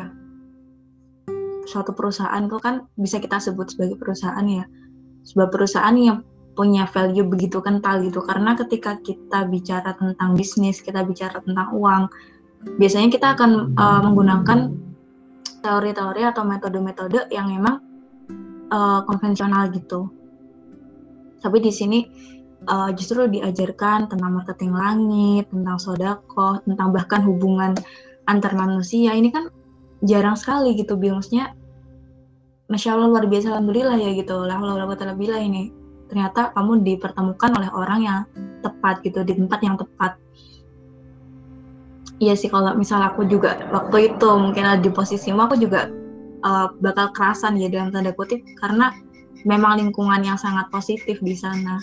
suatu perusahaan itu kan bisa kita sebut sebagai perusahaan ya, sebuah perusahaan yang punya value begitu kental gitu, karena ketika kita bicara tentang bisnis, kita bicara tentang uang, biasanya kita akan menggunakan teori-teori atau metode-metode yang memang konvensional gitu. Tapi di sini justru diajarkan tentang marketing langit, tentang sodako, tentang bahkan hubungan antar manusia. Ini kan jarang sekali gitu, maksudnya Masya Allah, luar biasa, alhamdulillah ya gitu. La haula wala quwwata illa billah, ini ternyata kamu dipertemukan oleh orang yang tepat gitu, di tempat yang tepat. Iya sih, kalau misal aku juga waktu itu mungkin ada di posisimu, aku juga bakal kerasan ya dalam tanda kutip, karena memang lingkungan yang sangat positif di sana.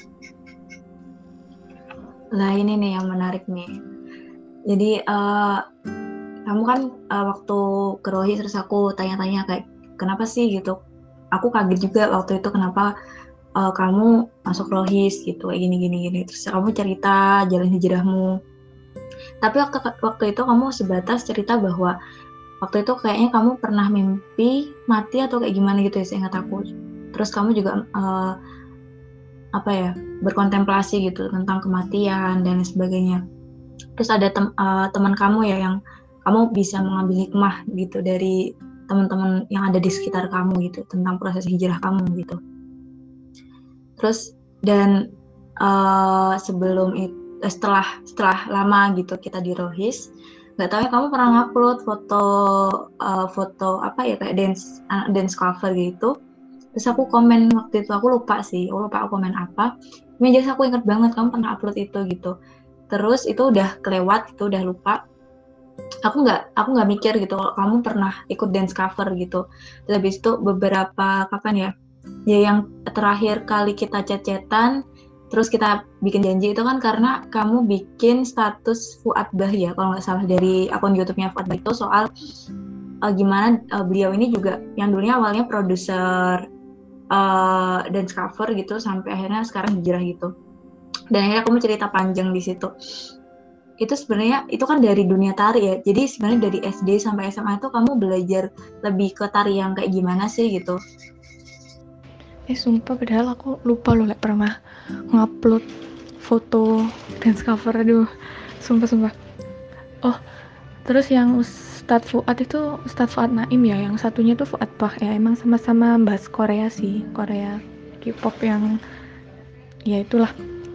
Lah ini nih yang menarik nih. Jadi kamu kan waktu ke Rohis terus aku tanya-tanya kayak kenapa sih gitu. Aku kaget juga waktu itu kenapa kamu masuk Rohis gitu, kayak gini. Terus kamu cerita jalan hijrahmu. Tapi waktu itu kamu sebatas cerita bahwa waktu itu kayaknya kamu pernah mimpi mati atau kayak gimana gitu ya, seingat aku. Terus kamu juga apa ya, berkontemplasi gitu tentang kematian dan sebagainya. Terus ada teman kamu ya yang kamu bisa mengambil hikmah gitu dari teman-teman yang ada di sekitar kamu gitu tentang proses hijrah kamu gitu. Terus dan sebelum itu setelah lama gitu kita di Rohis, nggak tahu ya kamu pernah ngupload foto apa ya kayak dance cover gitu. Terus aku komen waktu itu, aku lupa aku komen apa. Cuma jelas aku ingat banget kamu pernah upload itu gitu. Terus itu udah kelewat, itu udah lupa. Aku nggak mikir gitu kalau kamu pernah ikut dance cover gitu. Terus habis itu beberapa kapan ya? Ya yang terakhir kali kita chat-chatan, terus kita bikin janji itu kan karena kamu bikin status Fuad Bah ya, kalau nggak salah dari akun YouTube-nya Fuad Bah itu soal gimana beliau ini juga yang dulunya awalnya produser dance cover gitu sampai akhirnya sekarang hijrah gitu. Dan akhirnya kamu cerita panjang di situ. Itu sebenarnya itu kan dari dunia tari ya. Jadi sebenarnya dari SD sampai SMA itu kamu belajar lebih ke tari yang kayak gimana sih gitu. Sumpah padahal aku lupa loh pernah ngupload foto dance cover. Aduh, sumpah. Oh, terus yang Ustadz Fuad itu Ustadz Fuad Naim ya, yang satunya tuh Fuad Bah ya. Emang sama-sama bahas Korea sih, Korea K-pop yang ya itulah.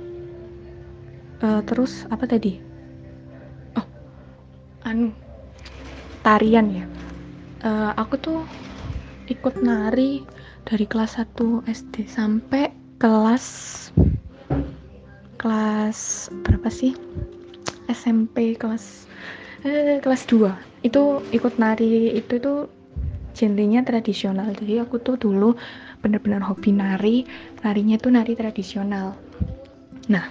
Terus apa tadi? Oh, tarian ya. Aku tuh ikut nari dari kelas 1 SD sampai kelas berapa sih? SMP kelas 2 itu ikut nari. Itu tuh genrenya tradisional. Jadi aku tuh dulu bener-bener hobi narinya tuh nari tradisional. Nah,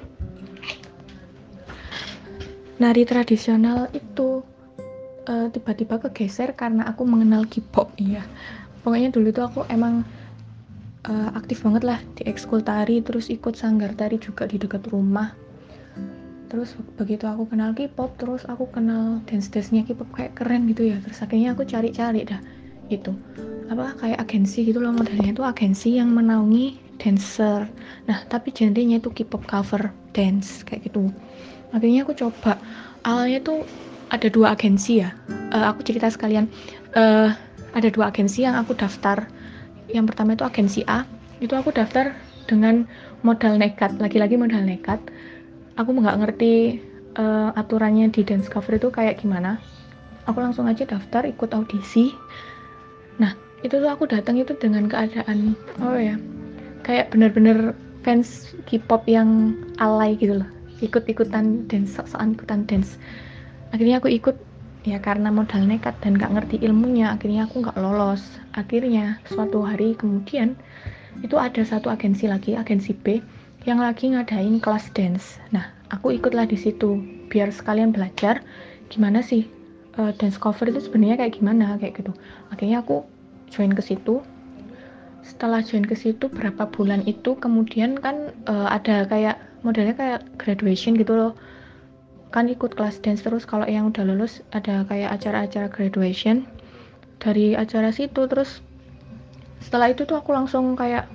nari tradisional itu tiba-tiba kegeser karena aku mengenal K-pop. Iya, pokoknya dulu tuh aku emang aktif banget lah di ekskul tari, terus ikut sanggar tari juga di dekat rumah. Terus begitu aku kenal K-pop, terus aku kenal dance-nya K-pop kayak keren gitu ya. Terus akhirnya aku cari-cari dah itu apa kayak agensi gitu loh, modelnya itu agensi yang menaungi dancer. Nah, tapi genrenya itu K-pop cover dance kayak gitu. Akhirnya aku coba. Awalnya tuh ada 2 agensi ya. Aku cerita sekalian. Ada 2 agensi yang aku daftar. Yang pertama itu agensi A. Itu aku daftar dengan modal nekat. Lagi-lagi modal nekat. Aku nggak ngerti aturannya di dance cover itu kayak gimana. Aku langsung aja daftar, ikut audisi. Nah, itu tuh aku datang itu dengan keadaan kayak bener-bener fans K-pop yang alay gitu loh, ikut-ikutan dance, sok-sokan ikutan dance. Akhirnya aku ikut ya karena modal nekat dan gak ngerti ilmunya. Akhirnya aku gak lolos. Akhirnya suatu hari kemudian itu ada satu agensi lagi, agensi B yang lagi ngadain kelas dance. Nah, aku ikutlah di situ biar sekalian belajar gimana sih dance cover itu sebenarnya kayak gimana kayak gitu. Akhirnya aku join ke situ. Setelah join ke situ berapa bulan itu kemudian kan ada kayak modelnya kayak graduation gitu loh. Kan ikut kelas dance terus kalau yang udah lulus ada kayak acara-acara graduation. Dari acara situ terus setelah itu tuh aku langsung kayak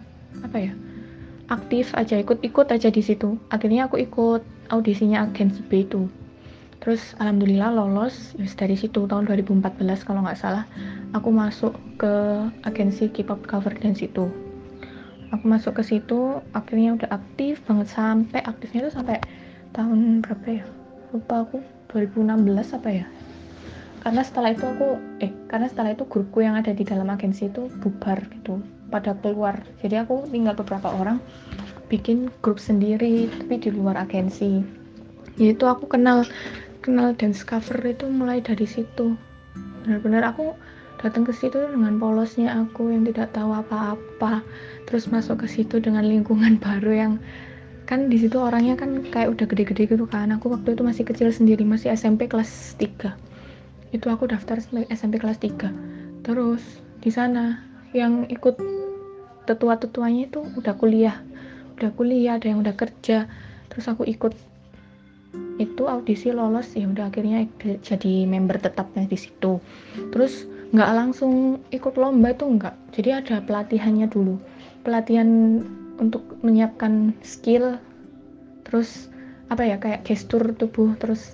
aktif aja, ikut aja di situ. Akhirnya aku ikut audisinya agensi B itu. Terus alhamdulillah lolos. Dari situ tahun 2014 kalau nggak salah aku masuk ke agensi K-pop cover dance itu. Aku masuk ke situ, akhirnya udah aktif banget sampai aktifnya tuh sampai tahun berapa ya? Lupa aku, 2016 apa ya? Karena setelah itu grupku yang ada di dalam agensi itu bubar gitu, pada keluar. Jadi aku tinggal beberapa orang bikin grup sendiri tapi di luar agensi. Yaitu aku kenal dance cover itu mulai dari situ. Benar-benar aku datang ke situ dengan polosnya aku yang tidak tahu apa-apa, terus masuk ke situ dengan lingkungan baru yang kan di situ orangnya kan kayak udah gede-gede gitu kan. Aku waktu itu masih kecil sendiri, masih SMP kelas 3. Itu aku daftar SMP kelas 3. Terus di sana yang ikut tetua-tetuanya itu udah kuliah, ada yang udah kerja. Terus aku ikut itu audisi, lolos, ya udah akhirnya jadi member tetapnya di situ. Terus nggak langsung ikut lomba itu enggak, jadi ada pelatihannya dulu, pelatihan untuk menyiapkan skill, terus apa ya, kayak gestur tubuh, terus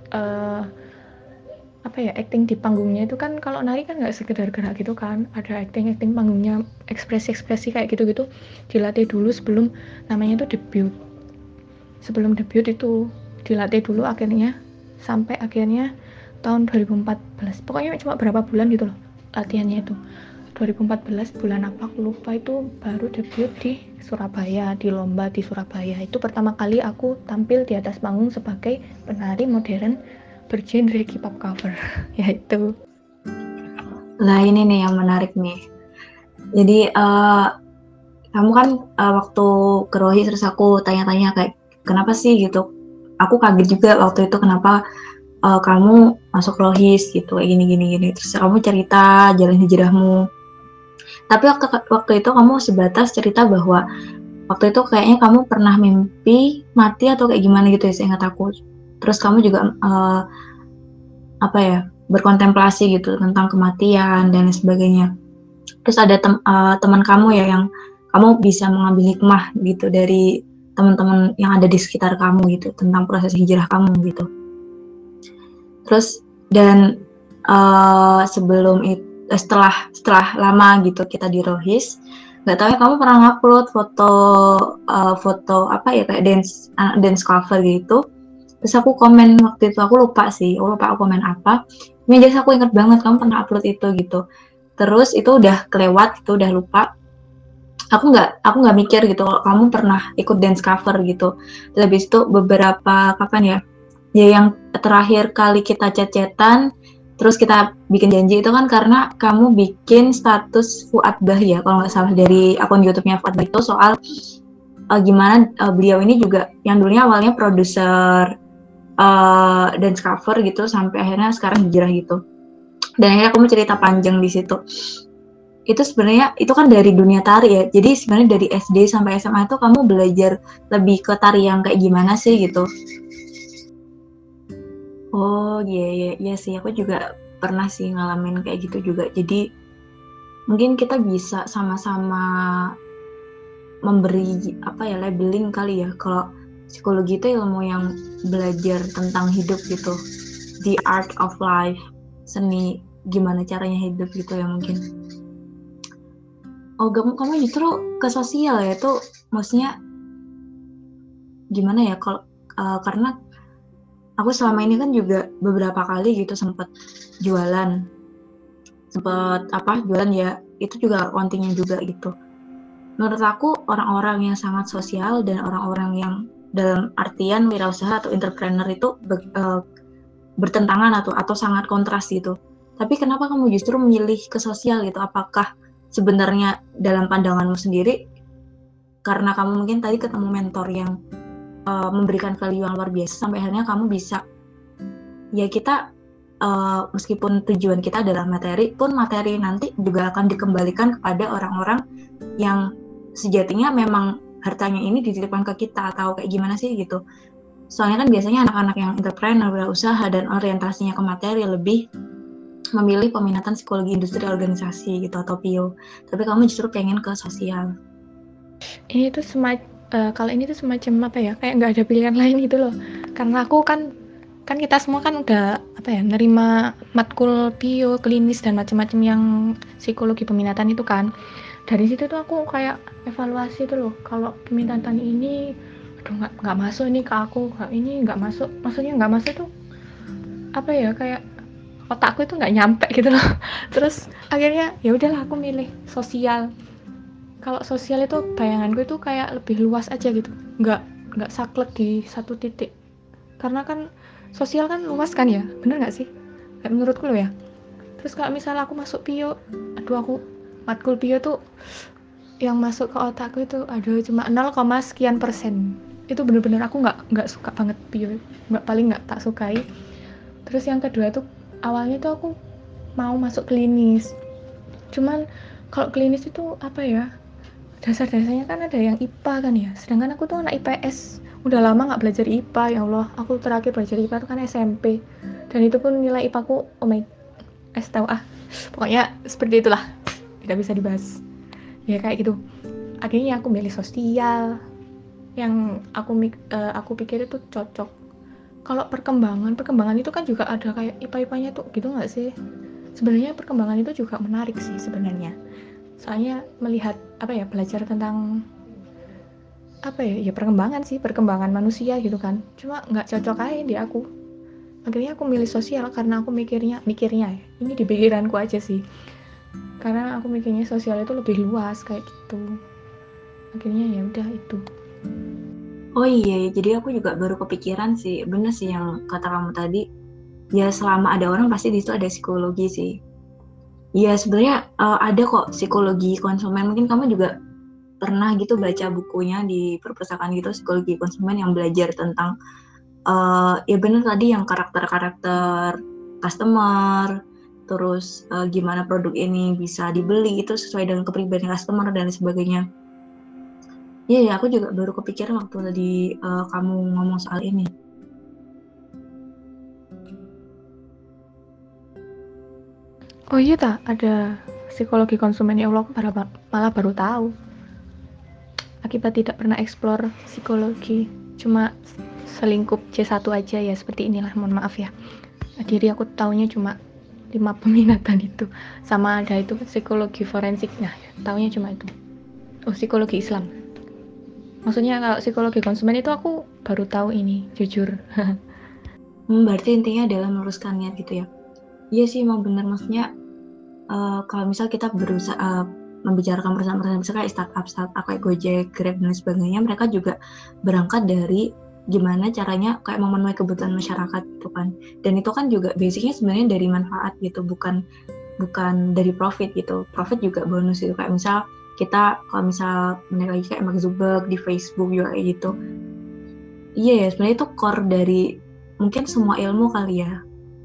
apa ya, acting di panggungnya itu kan, kalau nari kan nggak sekedar gerak gitu kan, ada acting panggungnya, ekspresi kayak gitu dilatih dulu sebelum namanya itu debut. Sebelum debut itu dilatih dulu, akhirnya sampai akhirnya tahun 2014, pokoknya cuma berapa bulan gitu loh latihannya itu. 2014 bulan apa aku lupa, itu baru debut di Surabaya, di lomba di Surabaya. Itu pertama kali aku tampil di atas panggung sebagai penari modern bergenre K-pop cover. Yaitu. Lah ini nih yang menarik nih. Jadi kamu kan waktu ke Rohis terus aku tanya-tanya kayak kenapa sih gitu. Aku kaget juga waktu itu kenapa kamu masuk Rohis gitu, kayak gini. Terus kamu cerita jalan hijrahmu. Tapi waktu itu kamu sebatas cerita bahwa waktu itu kayaknya kamu pernah mimpi mati atau kayak gimana gitu ya, seingat aku. Terus kamu juga apa ya, berkontemplasi gitu tentang kematian dan sebagainya. Terus ada teman kamu ya yang kamu bisa mengambil hikmah gitu dari teman-teman yang ada di sekitar kamu gitu tentang proses hijrah kamu gitu. Terus dan sebelum itu setelah lama gitu kita di Rohis, nggak tahu ya kamu pernah ngupload foto apa ya, kayak dance cover gitu. Terus aku komen waktu itu, aku lupa aku komen apa. Ini jadi aku ingat banget kamu pernah upload itu gitu. Terus itu udah kelewat, itu udah lupa. Aku nggak mikir gitu kalau kamu pernah ikut dance cover gitu. Terus habis itu beberapa kapan ya? Ya yang terakhir kali kita chat-chatan, terus kita bikin janji itu kan karena kamu bikin status Fuad Bah ya, kalau nggak salah, dari akun YouTube-nya Fuad Bah itu soal gimana beliau ini juga yang dulunya awalnya produser dance cover gitu sampai akhirnya sekarang hijrah gitu. Dan akhirnya kamu cerita panjang di situ. Itu sebenarnya itu kan dari dunia tari ya. Jadi sebenarnya dari SD sampai SMA itu kamu belajar lebih ke tari yang kayak gimana sih gitu. Oh iya sih, aku juga pernah sih ngalamin kayak gitu juga. Jadi mungkin kita bisa sama-sama memberi apa ya, labeling kali ya, kalau psikologi itu ilmu yang belajar tentang hidup gitu, the art of life, seni gimana caranya hidup gitu ya mungkin. Oh kamu justru ke sosial ya, itu maksudnya gimana ya, kalau karena aku selama ini kan juga beberapa kali gitu sempat jualan ya, itu juga kontingnya juga gitu. Menurut aku orang-orang yang sangat sosial dan orang-orang yang dalam artian wirausaha atau entrepreneur itu bertentangan atau sangat kontras gitu. Tapi kenapa kamu justru memilih ke sosial gitu? Apakah sebenarnya dalam pandanganmu sendiri karena kamu mungkin tadi ketemu mentor yang memberikan value yang luar biasa sampai akhirnya kamu bisa, ya kita meskipun tujuan kita adalah materi, pun materi nanti juga akan dikembalikan kepada orang-orang yang sejatinya memang hartanya ini dititipkan ke kita, atau kayak gimana sih gitu. Soalnya kan biasanya anak-anak yang entrepreneur, berusaha dan orientasinya ke materi lebih memilih peminatan psikologi industri organisasi gitu atau PIO. Tapi kamu justru pengen ke sosial. Ini tuh kalau ini tuh semacam apa ya, kayak nggak ada pilihan lain gitu loh. Karena aku kan kita semua kan udah apa ya, nerima matkul bio, klinis dan macam-macam yang psikologi peminatan itu kan. Dari situ tuh aku kayak evaluasi tuh loh, kalau peminatan ini aduh nggak masuk ini ke aku, ini nggak masuk, maksudnya nggak masuk tuh apa ya, kayak otakku itu nggak nyampe gitu loh. Terus akhirnya ya udahlah aku milih sosial. Kalau sosial itu bayanganku itu kayak lebih luas aja gitu, nggak saklek di satu titik. Karena kan sosial kan luas kan ya, bener nggak sih? Kayak menurutku loh ya. Terus kalau misalnya aku masuk bio, aduh aku matkul bio tuh yang masuk ke otakku itu aduh cuma 0, sekian persen. Itu bener-bener aku nggak suka banget bio, paling nggak tak sukai. Terus yang kedua tuh awalnya tuh aku mau masuk klinis, cuman kalau klinis itu apa ya, dasar-dasarnya kan ada yang IPA kan ya, sedangkan aku tuh anak IPS, udah lama nggak belajar IPA. Ya Allah, aku terakhir belajar IPA itu kan SMP, dan itu pun nilai IPA ku oh my tahu pokoknya seperti itulah, tidak bisa dibahas ya kayak gitu. akhirnya aku milih sosial yang aku pikir itu cocok. Kalau perkembangan itu kan juga ada kayak IPA-nya tuh gitu nggak sih? Sebenarnya perkembangan itu juga menarik sih sebenarnya. Soalnya melihat belajar tentang perkembangan manusia gitu kan. Cuma nggak cocok aja di aku. Akhirnya aku milih sosial karena aku mikirnya ya. Ini di pikiranku aja sih. Karena aku mikirnya sosial itu lebih luas kayak gitu. Akhirnya ya udah itu. Oh iya, jadi aku juga baru kepikiran sih, bener sih yang kata kamu tadi. Ya selama ada orang pasti di situ ada psikologi sih. Ya sebenarnya ada kok psikologi konsumen. Mungkin kamu juga pernah gitu baca bukunya di perpustakaan gitu, psikologi konsumen yang belajar tentang ya bener tadi yang karakter-karakter customer, terus gimana produk ini bisa dibeli itu sesuai dengan kepribadian customer dan sebagainya. Iya, ya, aku juga baru kepikiran waktu tadi kamu ngomong soal ini. Oh iya tak ada psikologi konsumen, ya Allah, aku malah baru tahu. Akibat tidak pernah eksplor psikologi, cuma selingkup C1 aja ya, seperti inilah, mohon maaf ya. Jadi aku taunya cuma 5 peminatan itu, sama ada itu psikologi forensik, nah taunya cuma itu. Oh, psikologi Islam. Maksudnya kalau psikologi konsumen itu aku baru tahu ini, jujur. Berarti intinya adalah meluruskan niat gitu ya. Iya sih, emang bener, maksudnya kalau misal kita berusaha membicarakan perusahaan-perusahaan besar kayak startup kayak Gojek, Grab dan sebagainya, mereka juga berangkat dari gimana caranya kayak memenuhi kebutuhan masyarakat gitu kan. Dan itu kan juga basicnya sebenarnya dari manfaat gitu, bukan dari profit gitu. Profit juga bonus gitu, kayak misal kita kalau misal menarik lagi kayak Mark Zuckerberg di Facebook juga kayak gitu. Iya ya, sebenarnya itu core dari mungkin semua ilmu kali ya.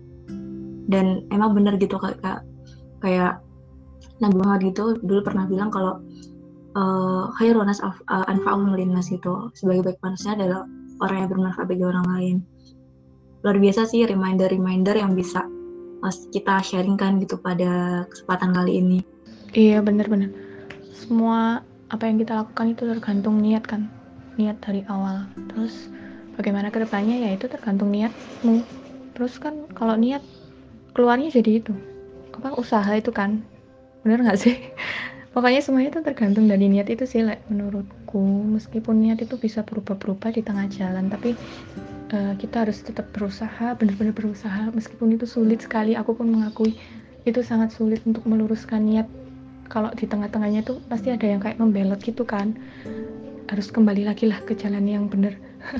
Dan emang bener gitu kayak Nabi Muhammad gitu dulu pernah bilang kalau khairun nas anfa'uhum linnas gitu, sebagai baik manusia adalah orang yang bermanfaat bagi orang lain. Luar biasa sih reminder yang bisa kita sharingkan gitu pada kesempatan kali ini. Iya, benar-benar. Semua apa yang kita lakukan itu tergantung niat kan, niat dari awal. Terus bagaimana kedepannya ya itu tergantung niatmu. Terus kan kalau niat keluarnya jadi itu usaha itu kan, bener nggak sih? Pokoknya semuanya itu tergantung dari niat itu sih, menurutku. Meskipun niat itu bisa berubah-berubah di tengah jalan, tapi kita harus tetap berusaha, benar-benar berusaha. Meskipun itu sulit sekali, aku pun mengakui itu sangat sulit untuk meluruskan niat. Kalau di tengah-tengahnya tuh pasti ada yang kayak membelot gitu kan, harus kembali lagi lah ke jalan yang benar.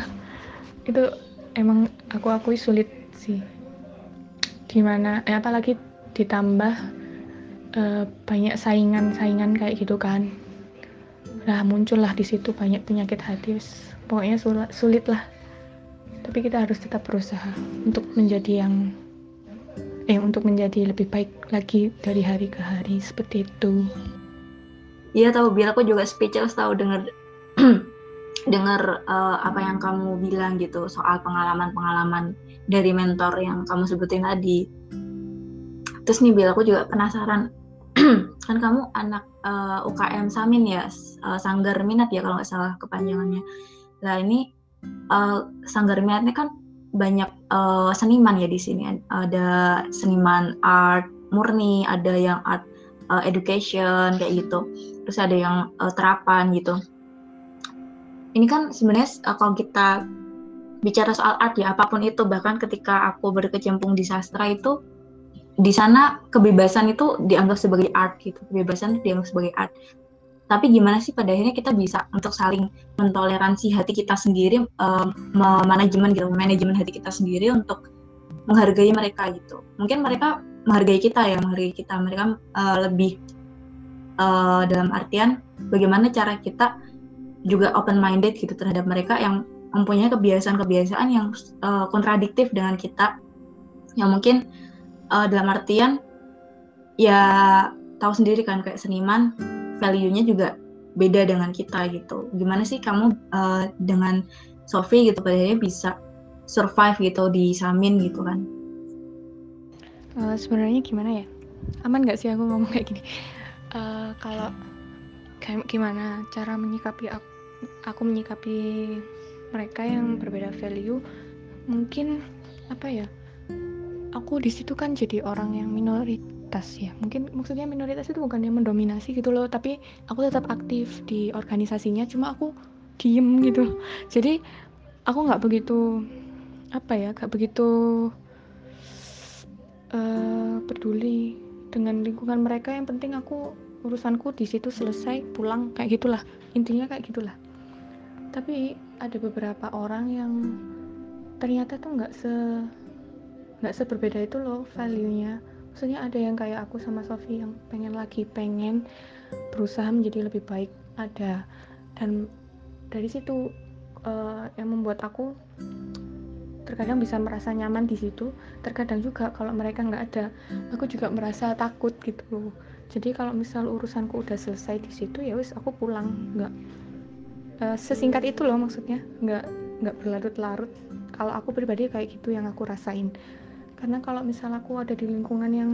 Itu emang aku akui sulit sih, dimana apalagi ditambah banyak saingan kayak gitu kan. Nah, muncullah di situ banyak penyakit hati. Pokoknya sulit lah. Tapi kita harus tetap berusaha untuk menjadi untuk menjadi lebih baik lagi dari hari ke hari, seperti itu. Iya tahu, biar aku juga speechless tahu dengar apa yang kamu bilang gitu soal pengalaman dari mentor yang kamu sebutin tadi. Terus nih Bill, aku juga penasaran. Kan kamu anak UKM Samin ya, Sanggar Minat ya kalau nggak salah kepanjangannya. Nah ini Sanggar Minat ini kan banyak seniman ya di sini. Ada seniman art murni, ada yang art education kayak gitu. Terus ada yang terapan gitu. Ini kan sebenarnya kalau kita bicara soal art ya, apapun itu, bahkan ketika aku berkecimpung di sastra itu, di sana kebebasan itu dianggap sebagai art gitu, kebebasan itu dianggap sebagai art. Tapi gimana sih pada akhirnya kita bisa untuk saling mentoleransi hati kita sendiri, manajemen hati kita sendiri untuk menghargai mereka gitu. Mungkin mereka menghargai kita, mereka lebih dalam artian bagaimana cara kita juga open minded gitu terhadap mereka yang mempunyai kebiasaan-kebiasaan yang kontradiktif dengan kita, yang mungkin dalam artian ya tahu sendiri kan kayak seniman value-nya juga beda dengan kita gitu. Gimana sih kamu dengan Sophie gitu pada akhirnya bisa survive gitu di Samin gitu kan? Sebenarnya gimana ya? Aman nggak sih aku ngomong kayak gini? Kalau kayak gimana cara menyikapi aku menyikapi mereka yang berbeda value. Mungkin apa ya, aku di situ kan jadi orang yang minoritas ya, mungkin maksudnya minoritas itu bukan yang mendominasi gitu loh, tapi aku tetap aktif di organisasinya, cuma aku diem gitu. Jadi aku nggak begitu apa ya, nggak begitu peduli dengan lingkungan mereka. Yang penting aku urusanku di situ selesai, pulang, kayak gitulah, intinya kayak gitulah. Tapi ada beberapa orang yang ternyata tuh nggak seberbeda itu loh value-nya. Maksudnya ada yang kayak aku sama Sofi yang pengen berusaha menjadi lebih baik, ada. Dan dari situ yang membuat aku terkadang bisa merasa nyaman di situ. Terkadang juga kalau mereka nggak ada, aku juga merasa takut gitu loh. Jadi kalau misal urusanku udah selesai di situ, ya wis aku pulang. Nggak sesingkat itu loh, maksudnya nggak berlarut-larut. Kalau aku pribadi kayak gitu yang aku rasain. Karena kalau misal aku ada di lingkungan yang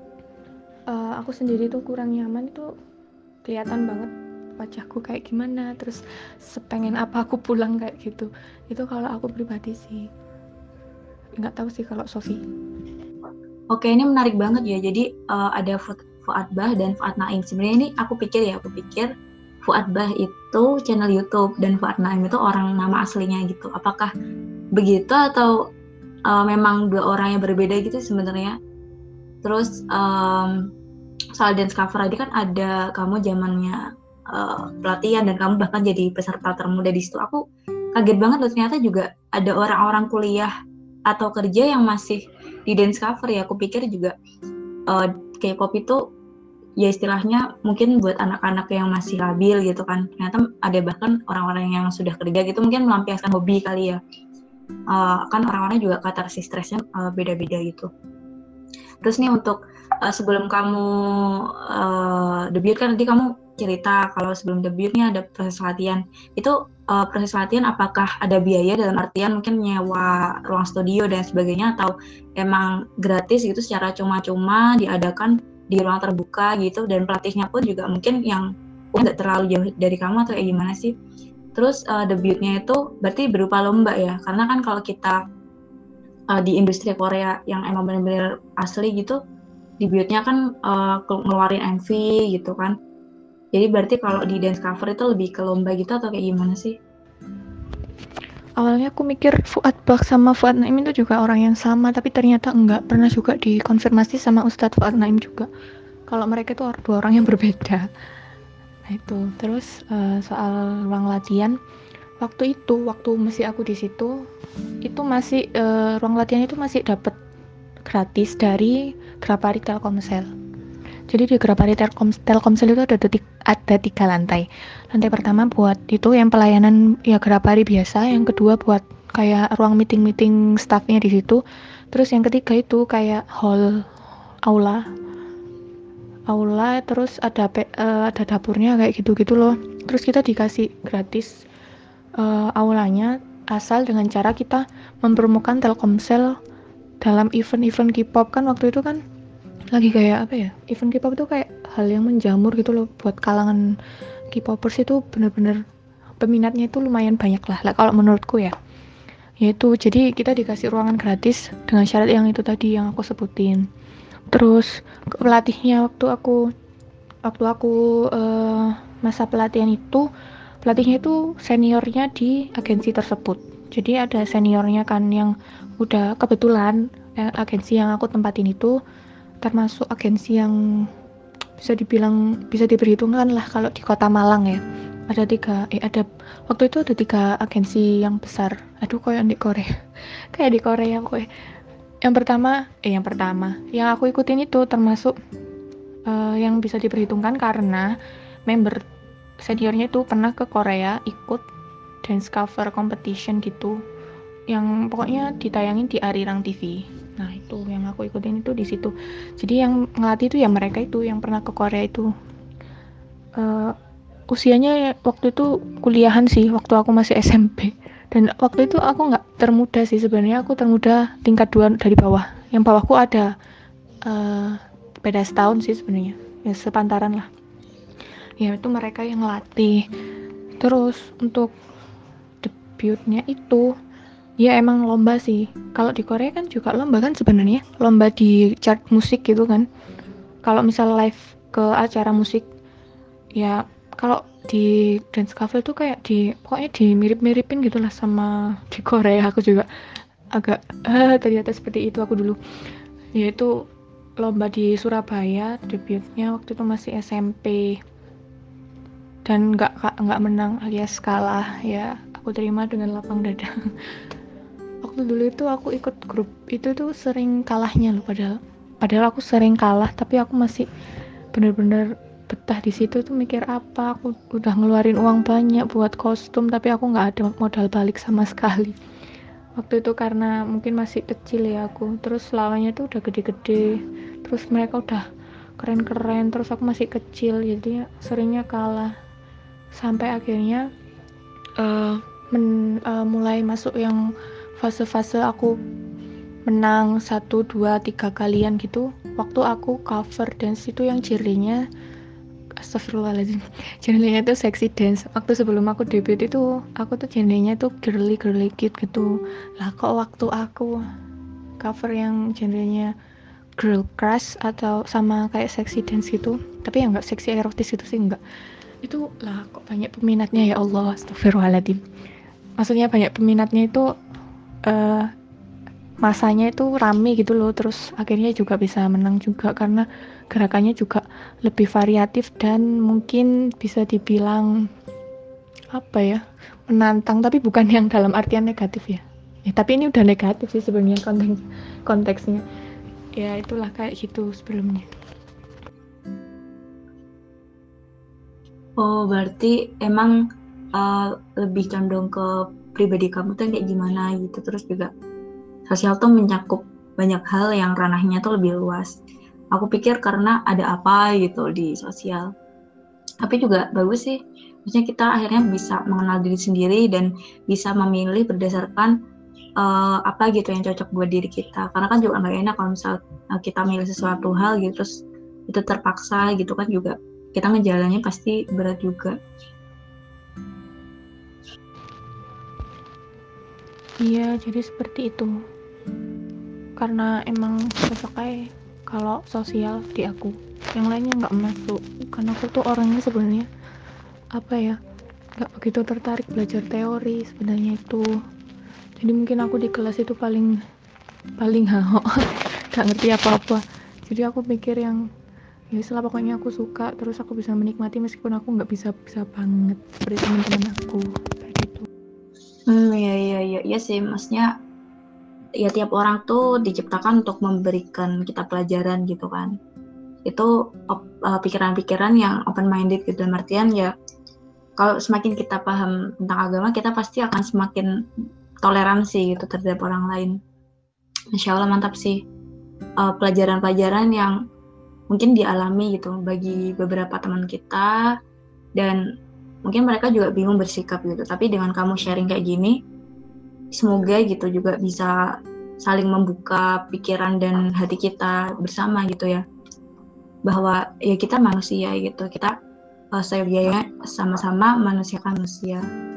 aku sendiri tuh kurang nyaman, itu kelihatan banget wajahku kayak gimana, terus sepengen apa aku pulang kayak gitu. Itu kalau aku pribadi sih. Nggak tahu sih kalau Sofi. Oke, ini menarik banget ya. Jadi ada Fuad Bah dan Fuad Naim. Sebenarnya ini aku pikir Fuad Bah itu channel YouTube dan Fuad Naim itu orang nama aslinya gitu. Apakah begitu atau memang dua orang yang berbeda gitu sebenarnya? Terus soal dance cover tadi kan ada kamu zamannya pelatihan dan kamu bahkan jadi peserta termuda di situ. Aku kaget banget loh, ternyata juga ada orang-orang kuliah atau kerja yang masih di dance cover ya. Aku pikir juga K-pop itu ya istilahnya mungkin buat anak-anak yang masih labil gitu kan. Ternyata ada bahkan orang-orang yang sudah kerja gitu, mungkin melampiaskan hobi kali ya. Kan orang-orang juga katarsis stresnya beda-beda gitu. Terus nih untuk sebelum kamu debut kan nanti kamu cerita kalau sebelum debutnya ada proses latihan. Itu proses latihan apakah ada biaya dalam artian mungkin nyewa ruang studio dan sebagainya, atau emang gratis gitu secara cuma-cuma diadakan di ruang terbuka gitu, dan pelatihnya pun juga mungkin yang nggak terlalu jauh dari kamu atau kayak gimana sih? Terus debutnya itu berarti berupa lomba ya, karena kan kalau kita di industri Korea yang emang benar-benar asli gitu, debutnya kan ngeluarin MV gitu kan. Jadi berarti kalau di dance cover itu lebih ke lomba gitu atau kayak gimana sih? Awalnya aku mikir Fuad Bak sama Fuad Naim itu juga orang yang sama, tapi ternyata enggak. Pernah juga dikonfirmasi sama Ustadz Fuad Naim juga kalau mereka itu dua orang yang berbeda. Nah itu. Terus soal ruang latihan, waktu masih aku di situ, itu masih ruang latihan itu masih dapat gratis dari Grapari Telkomsel. Jadi di Grapari Telkomsel itu ada 3 lantai. Lantai pertama buat itu yang pelayanan ya Grapari biasa, yang kedua buat kayak ruang meeting staffnya di situ. Terus yang ketiga itu kayak hall aula, terus ada dapurnya kayak gitu-gitu loh. Terus kita dikasih gratis aulanya asal dengan cara kita mempromokan Telkomsel dalam event-event K-pop. Kan waktu itu kan lagi kayak apa ya, event K-pop itu kayak hal yang menjamur gitu loh buat kalangan K-popers. Itu bener-bener peminatnya itu lumayan banyak lah kalau menurutku ya. Yaitu jadi kita dikasih ruangan gratis dengan syarat yang itu tadi yang aku sebutin. Terus pelatihnya waktu aku masa pelatihan itu, pelatihnya itu seniornya di agensi tersebut. Jadi ada seniornya kan yang udah kebetulan agensi yang aku tempatin itu termasuk agensi yang bisa diperhitungkan lah kalau di Kota Malang ya. Ada waktu itu ada 3 agensi yang besar. Aduh, kayak di Korea. Kayak di Korea pokoknya. Yang pertama yang aku ikutin itu termasuk yang bisa diperhitungkan karena member seniornya itu pernah ke Korea ikut dance cover competition gitu, yang pokoknya ditayangin di Arirang TV. Nah itu yang aku ikutin itu di situ. Jadi yang ngelatih itu ya mereka itu yang pernah ke Korea itu. Usianya waktu itu kuliahan sih, waktu aku masih SMP. Dan waktu itu aku nggak termuda sih sebenarnya, aku termuda tingkat 2 dari bawah. Yang bawahku ada beda setahun sih sebenarnya, ya sepantaran lah. ya itu mereka yang ngelatih. Terus untuk debutnya itu ya emang lomba sih. Kalau di Korea kan juga lomba kan sebenarnya, lomba di chart musik gitu kan. Kalau misal live ke acara musik, ya kalau di dance cafe tuh kayak pokoknya dimirip-miripin gitulah sama di Korea. Aku juga agak ternyata seperti itu aku dulu. Yaitu lomba di Surabaya, debutnya waktu itu masih SMP dan nggak menang alias kalah, ya aku terima dengan lapang dada. Waktu dulu itu aku ikut grup itu tuh sering kalahnya loh, padahal aku sering kalah tapi aku masih bener-bener betah di situ tuh. Mikir apa, aku udah ngeluarin uang banyak buat kostum tapi aku nggak ada modal balik sama sekali waktu itu karena mungkin masih kecil ya aku. Terus lawannya tuh udah gede-gede, terus mereka udah keren-keren, terus aku masih kecil jadi seringnya kalah sampai akhirnya mulai masuk yang fase-fase aku menang 1, 2, 3 kalian gitu. Waktu aku cover dance itu yang genrenya, astagfirullahaladzim, genrenya itu sexy dance. Waktu sebelum aku debut itu aku tuh genrenya tuh girly cute gitu. Lah kok waktu aku cover yang genrenya girl crush atau sama kayak sexy dance gitu, tapi yang nggak seksi erotis gitu sih, enggak, itu lah kok banyak peminatnya, ya Allah, astagfirullahaladzim. Maksudnya banyak peminatnya itu masanya itu rame gitu loh. Terus akhirnya juga bisa menang juga karena gerakannya juga lebih variatif dan mungkin bisa dibilang apa ya, menantang, tapi bukan yang dalam artian negatif ya. Tapi ini udah negatif sih sebenarnya konteksnya. Ya itulah kayak gitu sebelumnya. Oh, berarti emang lebih condong ke pribadi kamu tuh kayak gimana gitu. Terus juga sosial tuh mencakup banyak hal yang ranahnya tuh lebih luas. Aku pikir karena ada apa gitu di sosial. Tapi juga bagus sih. Maksudnya kita akhirnya bisa mengenal diri sendiri dan bisa memilih berdasarkan apa gitu yang cocok buat diri kita. Karena kan juga nggak enak kalau misal kita milih sesuatu hal gitu terus itu terpaksa gitu kan, juga kita ngejalannya pasti berat juga. Iya, jadi seperti itu. Karena emang cocok aja kalau sosial di aku. Yang lainnya nggak masuk. Karena aku tuh orangnya sebenarnya apa ya, nggak begitu tertarik belajar teori sebenarnya itu. Jadi mungkin aku di kelas itu paling hao, nggak ngerti apa-apa. Jadi aku mikir yang ya setelah pokoknya aku suka, terus aku bisa menikmati meskipun aku nggak bisa banget seperti teman-teman aku kayak gitu. Iya sih, maksudnya ya tiap orang tuh diciptakan untuk memberikan kita pelajaran gitu kan. Itu pikiran-pikiran yang open minded gitu, dalam artian ya kalau semakin kita paham tentang agama, kita pasti akan semakin toleransi gitu terhadap orang lain. Insya Allah mantap sih pelajaran-pelajaran yang mungkin dialami gitu bagi beberapa teman kita, dan mungkin mereka juga bingung bersikap gitu. Tapi dengan kamu sharing kayak gini, semoga gitu juga bisa saling membuka pikiran dan hati kita bersama gitu ya, bahwa ya kita manusia gitu, kita seyogyanya sama-sama manusiakan manusia.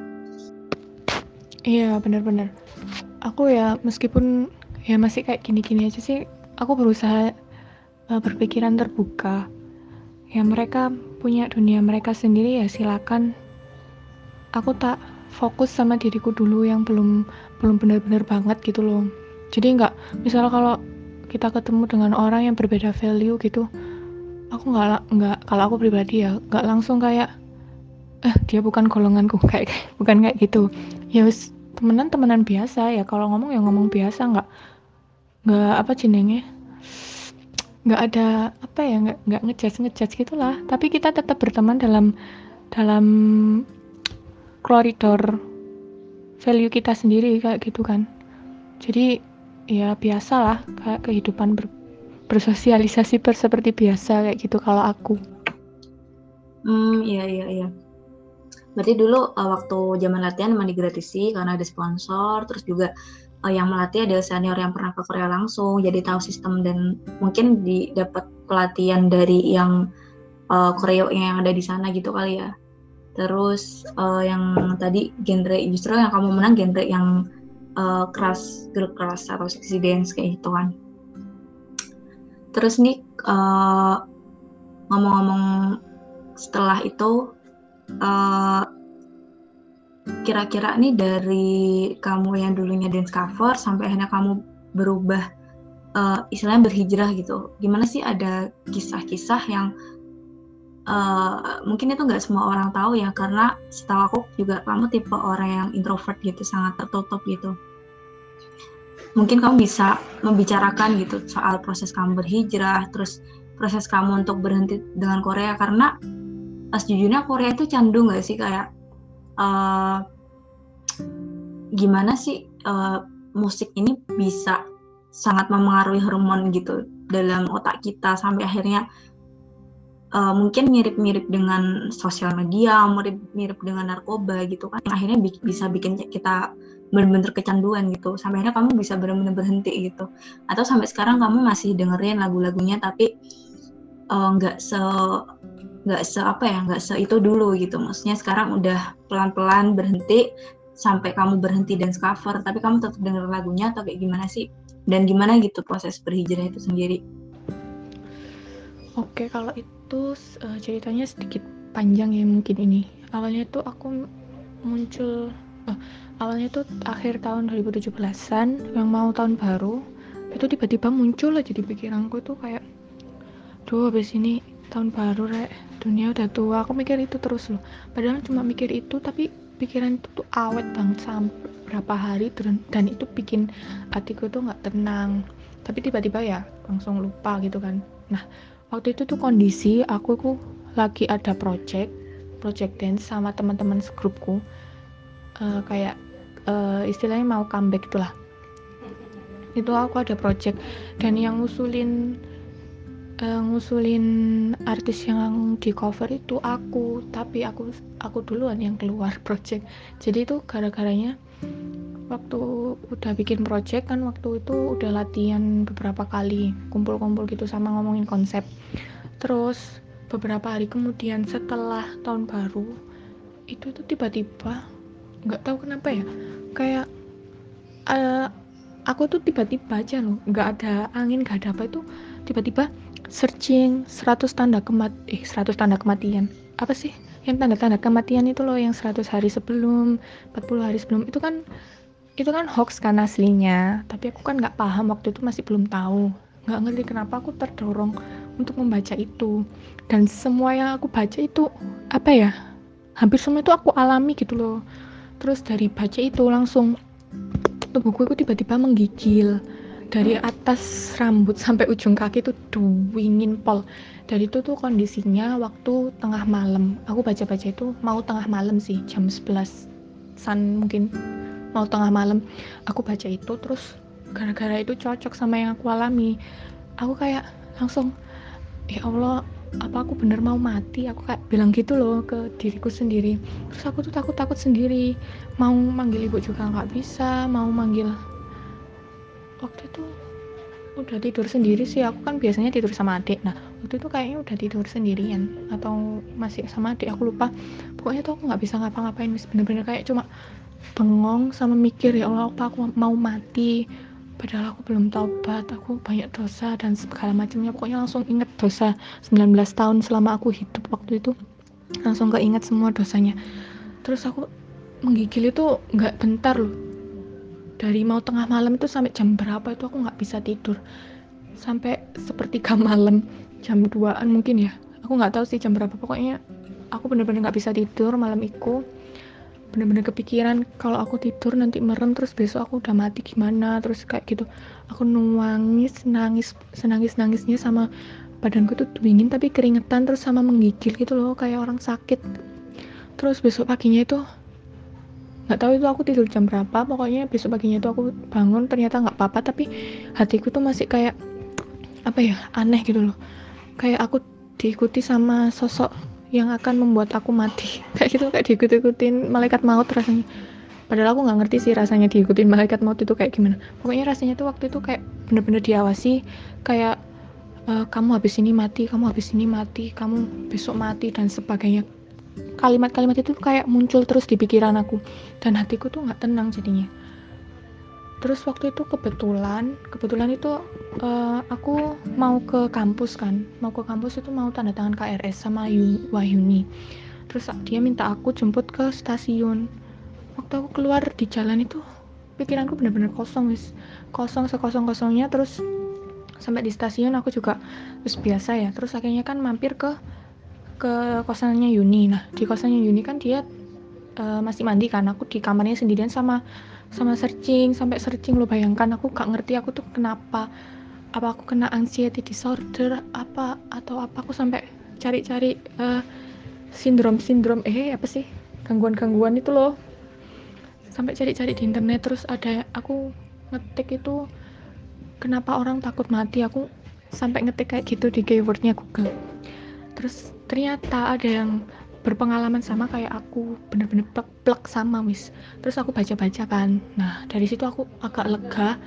Iya, benar-benar. Aku ya meskipun ya masih kayak gini-gini aja sih, aku berusaha berpikiran terbuka. Ya mereka punya dunia mereka sendiri, ya silakan. Aku tak fokus sama diriku dulu yang belum benar-benar banget gitu loh. Jadi misalnya kalau kita ketemu dengan orang yang berbeda value gitu, aku nggak kalau aku pribadi ya nggak langsung kayak dia bukan golonganku, kayak bukan kayak gitu. Ya wis, temenan biasa ya, kalau ngomong ya ngomong biasa, nggak apa jenenge, nggak ada apa ya, nggak ngejudge gitulah, tapi kita tetap berteman dalam koridor value kita sendiri kayak gitu kan. Jadi ya biasalah kayak kehidupan bersosialisasi seperti biasa kayak gitu kalau aku. Iya. Berarti dulu waktu zaman latihan emang digratisi karena ada sponsor, terus juga yang melatih ada senior yang pernah ke Korea langsung, jadi tahu sistem dan mungkin didapat pelatihan dari yang koreo yang ada di sana gitu kali ya. Terus yang tadi genre justru yang kamu menang genre yang keras, girl keras atau sexy dance kayak gitu kan. Terus nih ngomong-ngomong setelah itu kira-kira nih dari kamu yang dulunya dance cover sampai akhirnya kamu berubah istilahnya berhijrah gitu. Gimana sih, ada kisah-kisah yang mungkin itu nggak semua orang tahu ya, karena setahu aku juga kamu tipe orang yang introvert gitu, sangat tertutup gitu. Mungkin kamu bisa membicarakan gitu soal proses kamu berhijrah, terus proses kamu untuk berhenti dengan Korea, karena sejujurnya Korea itu candu nggak sih kayak gimana sih musik ini bisa sangat memengaruhi hormon gitu dalam otak kita sampai akhirnya mungkin mirip-mirip dengan sosial media, mirip-mirip dengan narkoba gitu kan, akhirnya bisa bikin kita benar-benar kecanduan gitu, sampai akhirnya kamu bisa benar-benar berhenti gitu. Atau sampai sekarang kamu masih dengerin lagu-lagunya tapi nggak se itu dulu gitu. Maksudnya sekarang udah pelan-pelan berhenti sampai kamu berhenti dance cover, tapi kamu tetap denger lagunya atau kayak gimana sih? Dan gimana gitu proses berhijrah itu sendiri? Oke, kalau itu ceritanya sedikit panjang ya mungkin ini. Awalnya tuh aku muncul, awalnya tuh akhir tahun 2017-an yang mau tahun baru, itu tiba-tiba muncul aja di pikiranku tuh kayak, duh habis ini tahun baru rek, dunia udah tua. Aku mikir itu terus loh. Padahal cuma mikir itu, tapi pikiran itu tuh awet banget sampai berapa hari dan itu bikin hatiku tuh nggak tenang. Tapi tiba-tiba ya langsung lupa gitu kan. Nah, waktu itu tuh kondisi aku lagi ada project dance sama teman-teman segrupku, kayak istilahnya mau comeback itulah. Itu aku ada project dan yang ngusulin artis yang di cover itu aku, tapi aku duluan yang keluar project. Jadi itu gara-garanya waktu udah bikin project kan, waktu itu udah latihan beberapa kali, kumpul-kumpul gitu sama ngomongin konsep. Terus beberapa hari kemudian setelah tahun baru itu tuh tiba-tiba nggak tahu kenapa ya, kayak aku tuh tiba-tiba aja loh, nggak ada angin, nggak ada apa, itu tiba-tiba searching 100 tanda kematian. Apa sih yang tanda-tanda kematian itu loh, yang 100 hari sebelum, 40 hari sebelum, itu kan hoax kan aslinya, tapi aku kan nggak paham waktu itu, masih belum tahu, nggak ngerti kenapa aku terdorong untuk membaca itu. Dan semua yang aku baca itu apa ya, hampir semua itu aku alami gitu loh. Terus dari baca itu langsung tubuhku itu tiba-tiba menggigil dari atas rambut sampai ujung kaki tuh dingin pol. Dan itu tuh kondisinya waktu tengah malam. Aku baca-baca itu mau tengah malam sih, jam 11-an mungkin, mau tengah malam aku baca itu. Terus gara-gara itu cocok sama yang aku alami, aku kayak langsung, ya Allah, apa aku bener mau mati? Aku kayak bilang gitu loh ke diriku sendiri. Terus aku tuh takut sendiri, mau manggil ibu juga nggak bisa, mau manggil. Waktu itu udah tidur sendiri sih, aku kan biasanya tidur sama adik. Nah waktu itu kayaknya udah tidur sendirian atau masih sama adik, aku lupa. Pokoknya tuh aku nggak bisa ngapa-ngapain, bener-bener kayak cuma bengong sama mikir, ya Allah, apa aku mau mati? Padahal aku belum taubat, aku banyak dosa dan segala macamnya. Pokoknya langsung inget dosa 19 tahun selama aku hidup waktu itu, langsung keinget semua dosanya. Terus aku menggigil itu nggak bentar loh, dari mau tengah malam itu sampai jam berapa itu aku nggak bisa tidur, sampai sepertiga malam, jam 2-an mungkin ya, aku nggak tahu sih jam berapa. Pokoknya aku bener-bener nggak bisa tidur malam itu, bener-bener kepikiran kalau aku tidur nanti merem terus besok aku udah mati gimana, terus kayak gitu. Aku nangis-nangisnya, sama badanku tuh dingin tapi keringetan, terus sama menggigil gitu loh kayak orang sakit. Terus besok paginya itu nggak tahu itu aku tidur jam berapa, pokoknya besok paginya itu aku bangun ternyata nggak apa-apa, tapi hatiku tuh masih kayak apa ya, aneh gitu loh, kayak aku diikuti sama sosok yang akan membuat aku mati kayak gitu, kayak diikut-ikutin malaikat maut rasanya. Padahal aku nggak ngerti sih rasanya diikutin malaikat maut itu kayak gimana. Pokoknya rasanya tuh waktu itu kayak bener-bener diawasi, kayak kamu habis ini mati, kamu habis ini mati, kamu besok mati dan sebagainya. Kalimat-kalimat itu kayak muncul terus di pikiran aku dan hatiku tuh nggak tenang jadinya. Terus waktu itu kebetulan itu aku mau ke kampus itu mau tanda tangan KRS sama Wahyuni. Terus dia minta aku jemput ke stasiun. Waktu aku keluar di jalan itu pikiranku benar-benar kosong, kosong sekosong-kosongnya. Terus sampai di stasiun aku juga biasa ya. Terus akhirnya kan mampir ke kosannya Yuni. Nah di kosannya Yuni kan dia masih mandi kan, aku di kamarnya sendirian sampai searching lo, bayangkan aku gak ngerti aku tuh kenapa, apa aku kena anxiety disorder atau apa, aku sampai cari-cari sindrom apa sih, gangguan itu loh, sampai cari-cari di internet. Terus ada, aku ngetik itu kenapa orang takut mati, aku sampai ngetik kayak gitu di keywordnya Google. Terus ternyata ada yang berpengalaman sama kayak aku, bener-bener plek sama terus aku baca-baca kan. Nah dari situ aku agak lega